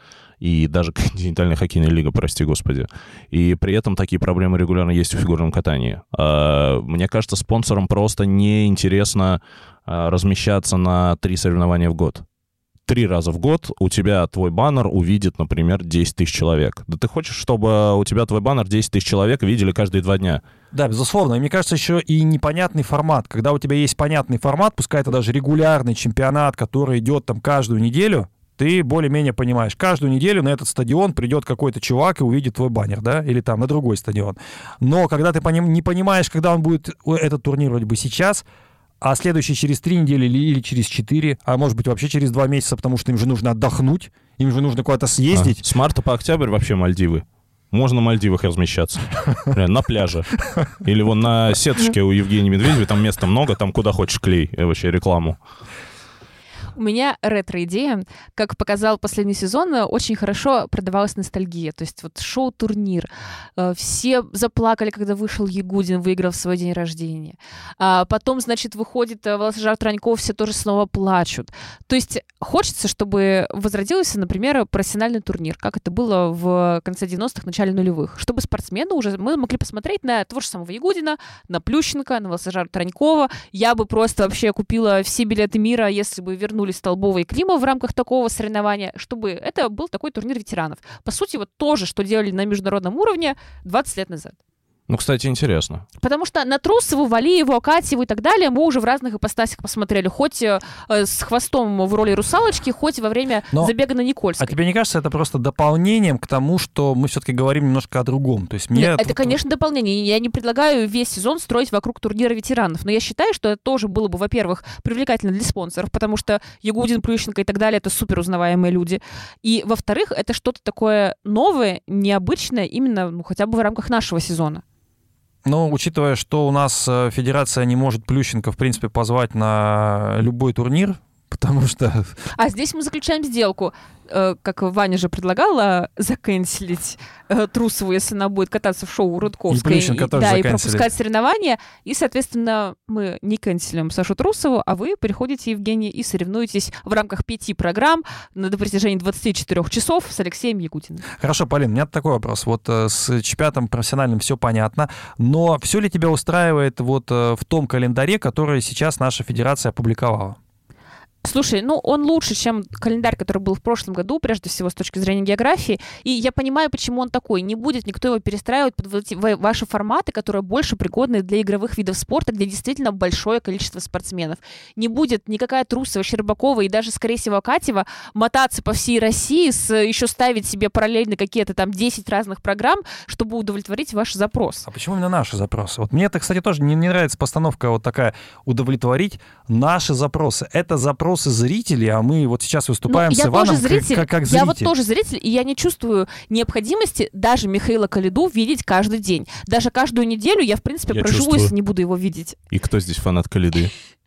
и даже континентальная хоккейная лига, прости господи. И при этом такие проблемы регулярно есть в фигурном катании. Мне кажется, спонсорам просто неинтересно размещаться на три соревнования в год. Три раза в год у тебя твой баннер увидит, например, десять тысяч человек. Да ты хочешь, чтобы у тебя твой баннер десять тысяч человек видели каждые два дня? Да, безусловно. И мне кажется, еще и непонятный формат. Когда у тебя есть понятный формат, пускай это даже регулярный чемпионат, который идет там каждую неделю, ты более-менее понимаешь, каждую неделю на этот стадион придет какой-то чувак и увидит твой баннер, да, или там на другой стадион. Но когда ты не понимаешь, когда он будет, этот турнир вроде бы сейчас, а следующий через три недели или, или через четыре, а может быть вообще через два месяца, потому что им же нужно отдохнуть, им же нужно куда-то съездить. А, с марта по октябрь вообще Мальдивы. Можно на Мальдивах размещаться. На пляже. Или вон на сеточке у Евгения Медведева, там места много, там куда хочешь клей, вообще рекламу. У меня ретро-идея. Как показал последний сезон, очень хорошо продавалась ностальгия. То есть вот шоу-турнир. Все заплакали, когда вышел Ягудин, выиграв свой день рождения. А потом, значит, выходит Волосожар Троньков, все тоже снова плачут. То есть хочется, чтобы возродился, например, профессиональный турнир, как это было в конце девяностых, начале нулевых. Чтобы спортсмены уже... Мы могли посмотреть на того же самого Ягудина, на Плющенко, на Волосожара Тронькова. Я бы просто вообще купила все билеты мира, если бы вернулись Столбова и Климов в рамках такого соревнования, чтобы это был такой турнир ветеранов. По сути, вот то же, что делали на международном уровне двадцать лет назад. Ну, кстати, интересно. Потому что на Трусову, Валиеву, Акатьеву и так далее мы уже в разных ипостасях посмотрели. Хоть э, с хвостом в роли русалочки, хоть во время Но... забега на Никольской. А тебе не кажется, это просто дополнением к тому, что мы все-таки говорим немножко о другом? То есть мне Нет, это, это, конечно, дополнение. Я не предлагаю весь сезон строить вокруг турнира ветеранов. Но я считаю, что это тоже было бы, во-первых, привлекательно для спонсоров, потому что Ягудин, Плющенко и так далее — это супер узнаваемые люди. И, во-вторых, это что-то такое новое, необычное именно, ну, хотя бы в рамках нашего сезона. Но, учитывая, что у нас федерация не может Плющенко, в принципе, позвать на любой турнир, потому что... А здесь мы заключаем сделку. Как Ваня же предлагала заканчивать Трусову, если она будет кататься в шоу Рудковской. И Плющенко тоже да, заканчивает. И пропускать соревнования. И, соответственно, мы не канцелим Сашу Трусову, а вы приходите, Евгений, и соревнуетесь в рамках пяти программ на протяжении двадцати четырёх часов с Алексеем Ягудиным. Хорошо, Полин, у меня такой вопрос. Вот с чемпионатом профессиональным все понятно, но все ли тебя устраивает вот в том календаре, который сейчас наша федерация опубликовала? Слушай, ну он лучше, чем календарь, который был в прошлом году, прежде всего с точки зрения географии. И я понимаю, почему он такой. Не будет никто его перестраивать под ваши форматы, которые больше пригодны для игровых видов спорта, где действительно большое количество спортсменов. Не будет никакая Трусова, Щербакова и даже, скорее всего, Акатьева мотаться по всей России, с, еще ставить себе параллельно какие-то там десять разных программ, чтобы удовлетворить ваш запрос. А почему именно наши запросы? Вот мне это, кстати, тоже не, не нравится постановка вот такая: удовлетворить наши запросы. Это запрос зрителей, а мы вот сейчас выступаем ну, с Иваном зритель, как, как зритель. Я вот тоже зритель, и я не чувствую необходимости даже Михаила Калиду видеть каждый день. Даже каждую неделю я, в принципе, я проживу, чувствую. Если не буду его видеть. И кто здесь фанат Калиды?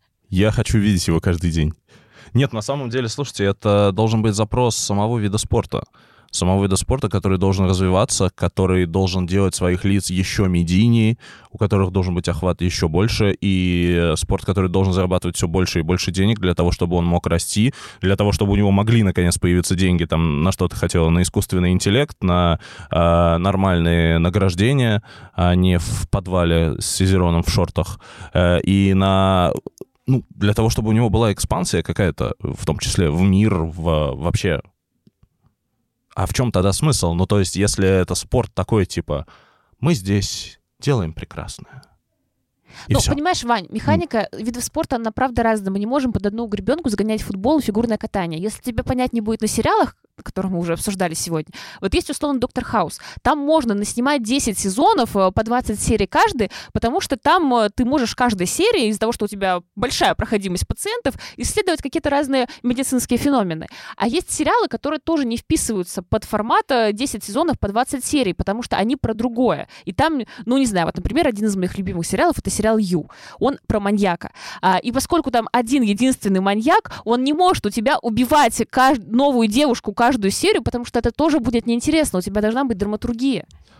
Я хочу видеть его каждый день. Нет, на самом деле, слушайте, это должен быть запрос самого вида спорта. Самого вида спорта, который должен развиваться, который должен делать своих лиц еще медийнее, у которых должен быть охват еще больше, и спорт, который должен зарабатывать все больше и больше денег для того, чтобы он мог расти, для того, чтобы у него могли, наконец, появиться деньги там, на что ты хотела, на искусственный интеллект, на э, нормальные награждения, а не в подвале с Сизероном в шортах, э, и на... Ну, для того, чтобы у него была экспансия какая-то, в том числе в мир, в вообще... А в чем тогда смысл? Ну, то есть, если это спорт такой, типа, мы здесь делаем прекрасное. И ну, все. Понимаешь, Вань, механика mm. видов спорта, она правда разная. Мы не можем под одну гребенку загонять футбол и фигурное катание. Если тебе понять не будет на сериалах, которые мы уже обсуждали сегодня, вот есть условно Доктор Хаус. Там можно наснимать десять сезонов по двадцать серий каждый, потому что там ты можешь в каждой серии, из-за того, что у тебя большая проходимость пациентов, исследовать какие-то разные медицинские феномены. А есть сериалы, которые тоже не вписываются под формат десять сезонов по двадцать серий, потому что они про другое. И там, ну не знаю, вот, например, один из моих любимых сериалов — это сериал «Ю». Он про маньяка. А, и поскольку там один единственный маньяк, он не может у тебя убивать кажд... новую девушку каждую серию, потому что это тоже будет неинтересно. У тебя должна быть драматургия.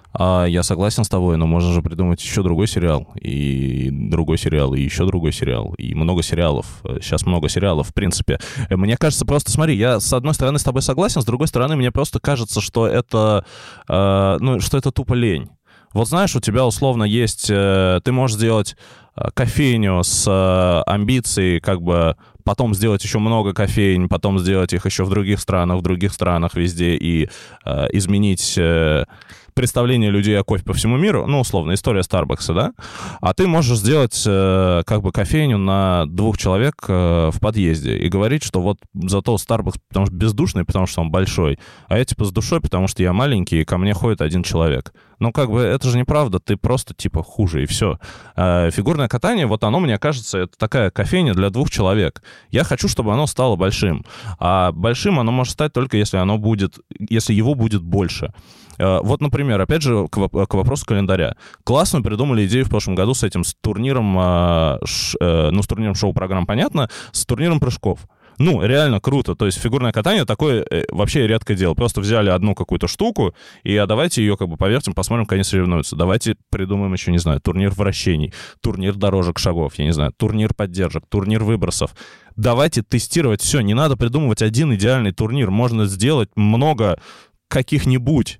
А, я согласен с тобой, но можно же придумать еще другой сериал, и другой сериал, и еще другой сериал, и много сериалов. Сейчас много сериалов, в принципе. Мне кажется, просто, смотри, я с одной стороны с тобой согласен, с другой стороны, мне просто кажется, что это, э, ну, что это тупо лень. Вот знаешь, у тебя условно есть, э, ты можешь сделать кофейню с э, амбицией, как бы потом сделать еще много кофейн, потом сделать их еще в других странах, в других странах везде и э, изменить э, представление людей о кофе по всему миру, ну, условно, история Старбакса, да? А ты можешь сделать э, как бы кофейню на двух человек э, в подъезде и говорить, что вот зато Старбакс, потому что бездушный, потому что он большой, а я типа с душой, потому что я маленький, и ко мне ходит один человек. Ну, как бы, это же неправда, ты просто, типа, хуже, и все. А фигурное катание, вот оно, мне кажется, это такая кофейня для двух человек. Я хочу, чтобы оно стало большим. А большим оно может стать только, если оно будет, если его будет больше. Вот, например, опять же, к вопросу календаря. Классно придумали идею в прошлом году с этим, с турниром, ну, с турниром шоу-программ, понятно, с турниром прыжков. Ну, реально круто. То есть фигурное катание такое э, вообще редкое дело. Просто взяли одну какую-то штуку, и а давайте ее как бы повертим, посмотрим, как они соревнуются. Давайте придумаем еще, не знаю, турнир вращений, турнир дорожек шагов, я не знаю, турнир поддержек, турнир выбросов. Давайте тестировать все. Не надо придумывать один идеальный турнир. Можно сделать много каких-нибудь,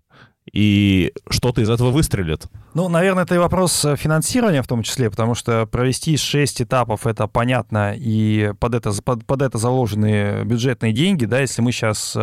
и что-то из этого выстрелит. Ну, наверное, это и вопрос финансирования в том числе, потому что провести шесть этапов, это понятно, и под это, под, под это заложены бюджетные деньги, да, если мы сейчас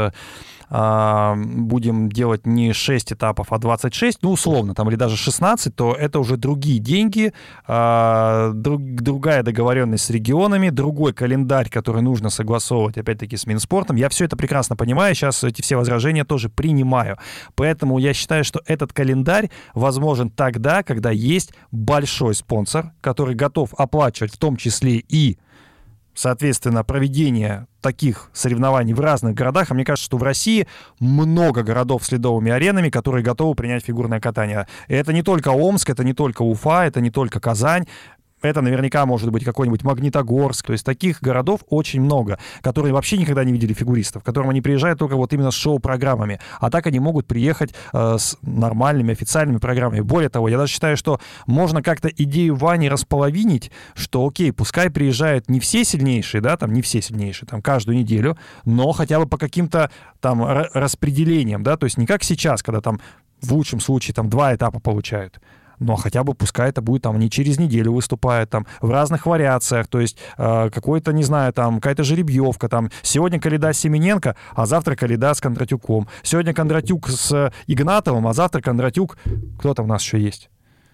а, будем делать не шесть этапов, а двадцать шесть, ну, условно, там, или даже шестнадцать, то это уже другие деньги, а, друг, другая договоренность с регионами, другой календарь, который нужно согласовывать, опять-таки, с Минспортом. Я все это прекрасно понимаю, сейчас эти все возражения тоже принимаю. Поэтому я считаю, что этот календарь возможен тогда, когда есть большой спонсор, который готов оплачивать в том числе и, соответственно, проведение таких соревнований в разных городах. А мне кажется, что в России много городов с ледовыми аренами, которые готовы принять фигурное катание. И это не только Омск, это не только Уфа, это не только Казань. Это наверняка может быть какой-нибудь Магнитогорск. То есть таких городов очень много, которые вообще никогда не видели фигуристов, к которым они приезжают только вот именно с шоу-программами. А так они могут приехать э, с нормальными официальными программами. Более того, я даже считаю, что можно как-то идею Вани располовинить, что окей, пускай приезжают не все сильнейшие, да, там не все сильнейшие, там каждую неделю, но хотя бы по каким-то там распределениям, да, то есть не как сейчас, когда там в лучшем случае там два этапа получают. Но хотя бы пускай это будет там не через неделю выступают, там в разных вариациях, то есть э, какой-то, не знаю, там какая-то жеребьевка, там сегодня Коляда с Семененко, а завтра Коляда с Кондратюком. Сегодня Кондратюк с Игнатовым, а завтра Кондратюк, кто там у нас еще есть?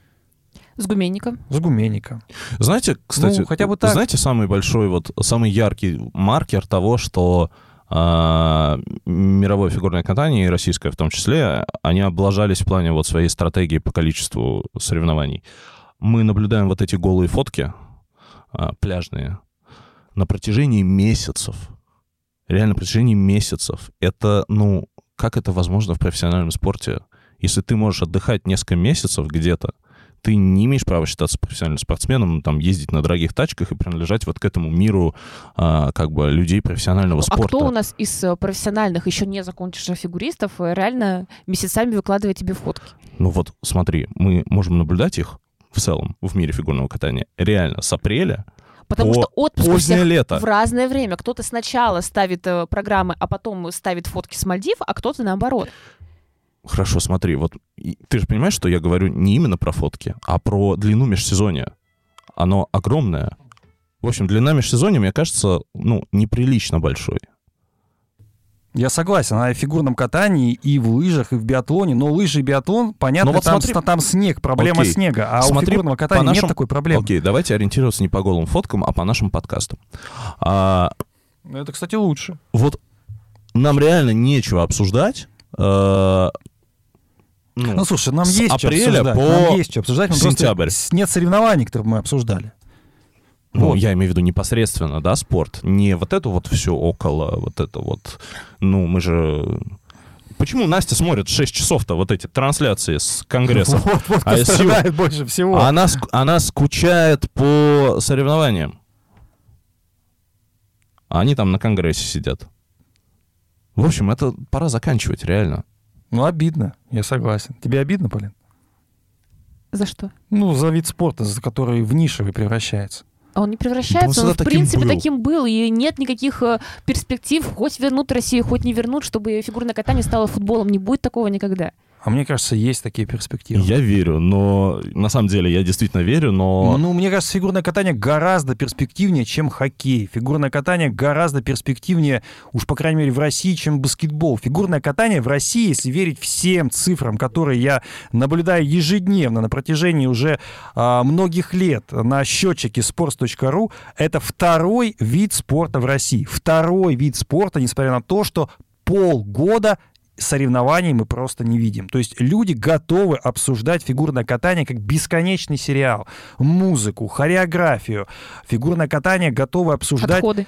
С Гуменником. С Гуменником. Знаете, кстати, ну, хотя бы так. Знаете, самый большой, вот, самый яркий маркер того, что а, мировое фигурное катание, и российское в том числе, они облажались в плане вот своей стратегии по количеству соревнований. Мы наблюдаем вот эти голые фотки, а, пляжные, на протяжении месяцев. Реально, на протяжении месяцев. Это, ну, как это возможно в профессиональном спорте? Если ты можешь отдыхать несколько месяцев где-то, ты не имеешь права считаться профессиональным спортсменом, там, ездить на дорогих тачках и принадлежать вот к этому миру а, как бы людей профессионального спорта. А кто у нас из профессиональных, еще не закончивших фигуристов, реально месяцами выкладывает тебе фотки? Ну вот, смотри, мы можем наблюдать их в целом в мире фигурного катания реально с апреля. Потому по что отпуск у всех лето. в разное время. Кто-то сначала ставит э, программы, а потом ставит фотки с Мальдив, а кто-то наоборот. Хорошо, смотри, вот ты же понимаешь, что я говорю не именно про фотки, а про длину межсезонья. Оно огромное. В общем, длина межсезонья, мне кажется, ну, неприлично большой. Я согласен, она и в фигурном катании, и в лыжах, и в биатлоне. Но лыжи и биатлон, понятно, вот там, смотри... там снег, проблема Окей. снега. А смотри, у фигурного катания нашим... нет такой проблемы. Окей, давайте ориентироваться не по голым фоткам, а по нашим подкастам. А... Это, кстати, лучше. Вот нам реально нечего обсуждать. А... Ну, ну, слушай, нам есть что апреля обсуждать. по Нам есть что обсуждать. Мы сентябрь. Просто нет соревнований, которые мы обсуждали. Ну, вот. Я имею в виду непосредственно, да, спорт. Не вот это вот все около, вот это вот. Ну, мы же... Почему Настя смотрит шесть часов-то вот эти трансляции с конгрессов? Вот, вот, а страдает больше всего. Она, она скучает по соревнованиям. А они там на конгрессе сидят. В общем, это пора заканчивать, реально. Ну, обидно, я согласен. Тебе обидно, Полин? За что? Ну, за вид спорта, за который в нишевый превращается. А он не превращается, Да он он, в таким принципе, был. таким был, и нет никаких э, перспектив, хоть вернут Россию, хоть не вернут, чтобы фигурное катание стало футболом. Не будет такого никогда. А мне кажется, есть такие перспективы. Я верю, но на самом деле я действительно верю, но... Ну, мне кажется, фигурное катание гораздо перспективнее, чем хоккей. Фигурное катание гораздо перспективнее, уж по крайней мере, в России, чем баскетбол. Фигурное катание в России, если верить всем цифрам, которые я наблюдаю ежедневно на протяжении уже а, многих лет на счетчике sports точка ru, это второй вид спорта в России. Второй вид спорта, несмотря на то, что полгода соревнований мы просто не видим. То есть люди готовы обсуждать фигурное катание как бесконечный сериал. Музыку, хореографию. Фигурное катание готовы обсуждать... Отходы.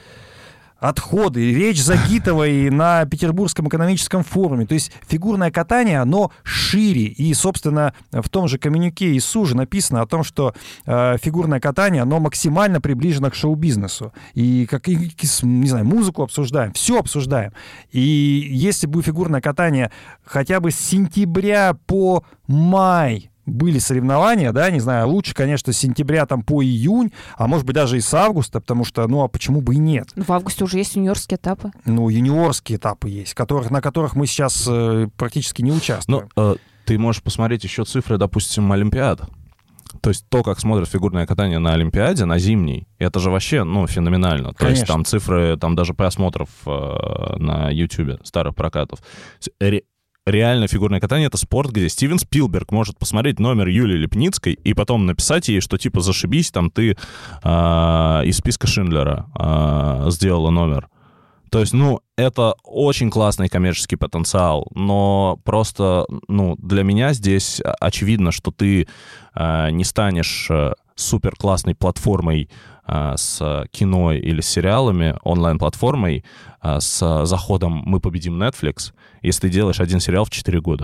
Отходы. Речь Загитовой на Петербургском экономическом форуме. То есть фигурное катание, оно шире. И, собственно, в том же коммюнике ИСУ же написано о том, что э, фигурное катание, оно максимально приближено к шоу-бизнесу. И, как, и, не знаю, музыку обсуждаем, все обсуждаем. И если бы фигурное катание хотя бы с сентября по май были соревнования, да, не знаю, лучше, конечно, с сентября там по июнь, а может быть даже и с августа, потому что, ну, а почему бы и нет? В августе уже есть юниорские этапы. Ну, юниорские этапы есть, которых, на которых мы сейчас э, практически не участвуем. Ну, э, ты можешь посмотреть еще цифры, допустим, Олимпиад. То есть то, как смотрят фигурное катание на Олимпиаде, на зимней, это же вообще, ну, феноменально. То есть там цифры, там даже просмотров э, на Ютубе, старых прокатов. Ре- Реально фигурное катание — это спорт, где Стивен Спилберг может посмотреть номер Юлии Лепницкой и потом написать ей, что типа зашибись, там ты э, из списка Шиндлера э, сделала номер. То есть, ну, это очень классный коммерческий потенциал, но просто, ну, для меня здесь очевидно, что ты э, не станешь э, супер классной платформой э, с кино или с сериалами, онлайн-платформой э, с заходом «Мы победим Netflix», если ты делаешь один сериал в четыре года.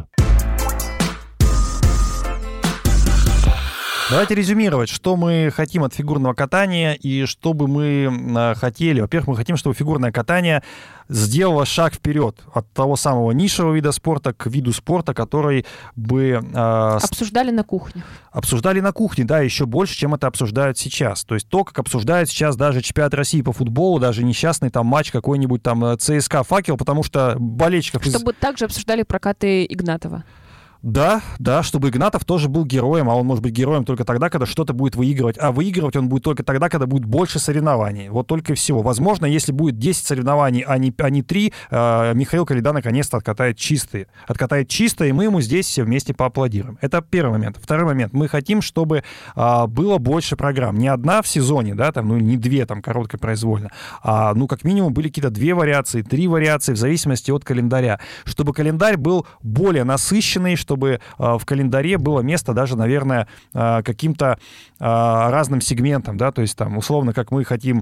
Давайте резюмировать, что мы хотим от фигурного катания и что бы мы хотели. Во-первых, мы хотим, чтобы фигурное катание сделало шаг вперед от того самого нишевого вида спорта к виду спорта, который бы... Э, обсуждали на кухне. Обсуждали на кухне, да, еще больше, чем это обсуждают сейчас. То есть то, как обсуждают сейчас даже чемпионат России по футболу, даже несчастный там матч какой-нибудь там ЦСКА «Факел», потому что болельщиков... Чтобы из... также обсуждали прокаты Игнатова. Да, да, чтобы Игнатов тоже был героем, а он может быть героем только тогда, когда что-то будет выигрывать. А выигрывать он будет только тогда, когда будет больше соревнований. Вот только и всего. Возможно, если будет десять соревнований, а не, а не три, э, Михаил Коляда наконец-то откатает чистые. Откатает чистые, и мы ему здесь все вместе поаплодируем. Это первый момент. Второй момент. Мы хотим, чтобы э, было больше программ. Не одна в сезоне, да, там, ну, не две, там, короткопроизвольно, а, ну, как минимум, были какие-то две вариации, три вариации, в зависимости от календаря. Чтобы календарь был более насыщенный, чтобы в календаре было место даже, наверное, каким-то разным сегментам, да, то есть там, условно, как мы хотим,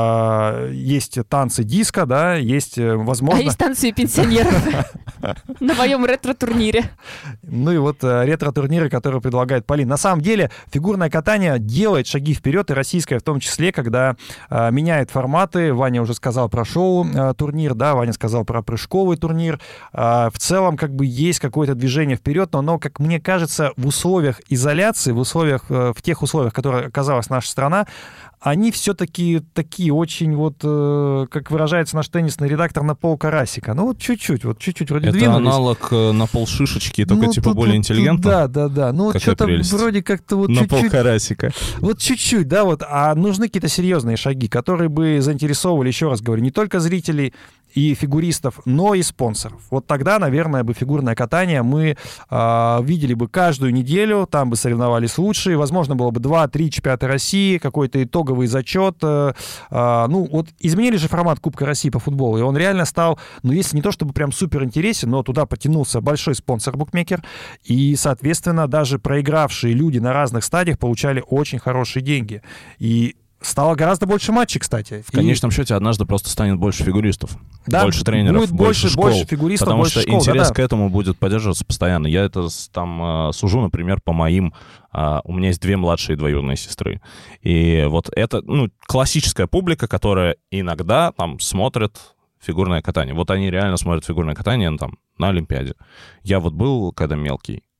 есть танцы диско, да, есть, возможно... А есть танцы пенсионеров на моем ретро-турнире. Ну и вот ретро-турниры, которые предлагает Полина. На самом деле, фигурное катание делает шаги вперед, и российское в том числе, когда меняет форматы. Ваня уже сказал про шоу-турнир, да, Ваня сказал про прыжковый турнир. В целом, как бы есть какое-то движение вперед, но оно, как мне кажется, в условиях изоляции, в условиях, в тех условиях, в которых оказалась наша страна, они все-таки такие очень вот, как выражается наш теннисный редактор, на пол карасика. Ну вот чуть-чуть, вот чуть-чуть вроде это двинулись. Это аналог на пол шишечки, только ну, типа тут, более тут, интеллигентно. Да, да, да. Ну вот что-то вроде как-то вот на чуть-чуть. На пол карасика. Вот чуть-чуть, да, вот. А нужны какие-то серьезные шаги, которые бы заинтересовывали, еще раз говорю, не только зрителей и фигуристов, но и спонсоров. Вот тогда, наверное, бы фигурное катание мы э, видели бы каждую неделю, там бы соревновались лучшие, возможно, было бы два-три чемпионата России, какой-то итоговый зачет. Э, э, ну, вот изменили же формат Кубка России по футболу, и он реально стал, ну, если не то чтобы прям супер интересен, но туда потянулся большой спонсор-букмекер, и, соответственно, даже проигравшие люди на разных стадиях получали очень хорошие деньги. И стало гораздо больше матчей, кстати. В конечном и... счете однажды просто станет больше фигуристов, да, больше тренеров, будет больше, больше школ. Больше фигуристов, потому больше что школ, интерес да, к этому будет поддерживаться постоянно. Я это там сужу, например, по моим... У меня есть две младшие двоюродные сестры. И вот это, ну, классическая публика, которая иногда там смотрит фигурное катание. Вот они реально смотрят фигурное катание, ну, там, на Олимпиаде. Я вот был, когда мелкий,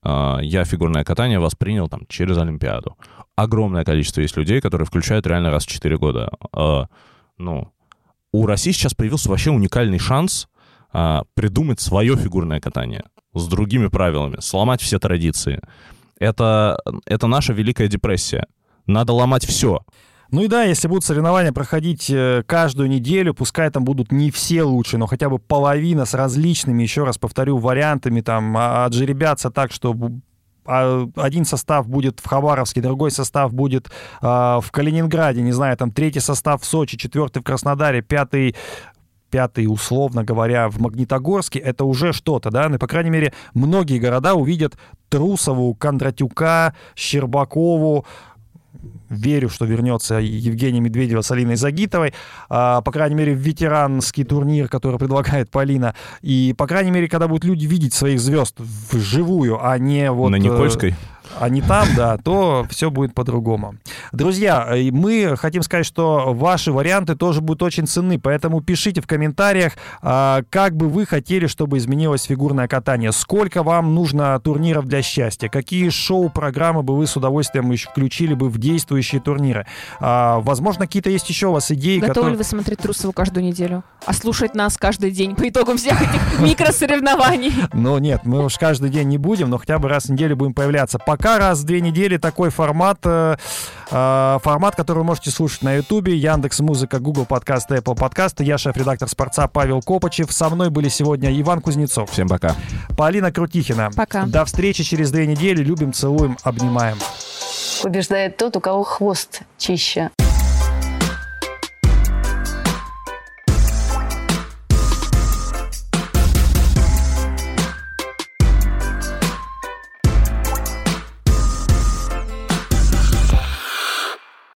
я фигурное катание воспринял там через Олимпиаду. Огромное количество есть людей, которые включают реально раз в четыре года. Ну, у России сейчас появился вообще уникальный шанс придумать свое фигурное катание с другими правилами, сломать все традиции. Это, это наша Великая депрессия. Надо ломать все. Ну и да, если будут соревнования проходить каждую неделю, пускай там будут не все лучшие, но хотя бы половина с различными, еще раз повторю, вариантами, там, отжеребятся так, что один состав будет в Хабаровске, другой состав будет э, в Калининграде, не знаю, там третий состав в Сочи, четвертый в Краснодаре, пятый... пятый, условно говоря, в Магнитогорске, это уже что-то, да, ну, по крайней мере, многие города увидят Трусову, Кондратюка, Щербакову. Верю, что вернется Евгения Медведева с Алиной Загитовой, а, по крайней мере, в ветеранский турнир, который предлагает Полина, и, по крайней мере, когда будут люди видеть своих звезд вживую, а не вот... На Никольской? А не там, да, то все будет по-другому. Друзья, мы хотим сказать, что ваши варианты тоже будут очень ценны, поэтому пишите в комментариях, как бы вы хотели, чтобы изменилось фигурное катание, сколько вам нужно турниров для счастья, какие шоу-программы бы вы с удовольствием еще включили бы в действующие турниры. Возможно, какие-то есть еще у вас идеи. Готовы которые... ли вы смотреть Трусову каждую неделю? А слушать нас каждый день по итогам всех этих микросоревнований? Ну нет, мы уж каждый день не будем, но хотя бы раз в неделю будем появляться. Пока раз в две недели такой формат, э, э, формат, который вы можете слушать на Ютубе, Яндекс.Музыка, Google Подкасты, Apple Подкасты. Я шеф-редактор «Спорца» Павел Копачев. Со мной были сегодня Иван Кузнецов. Всем пока. Полина Крутихина. Пока. До встречи через две недели. Любим, целуем, обнимаем. Побеждает тот, у кого хвост чище.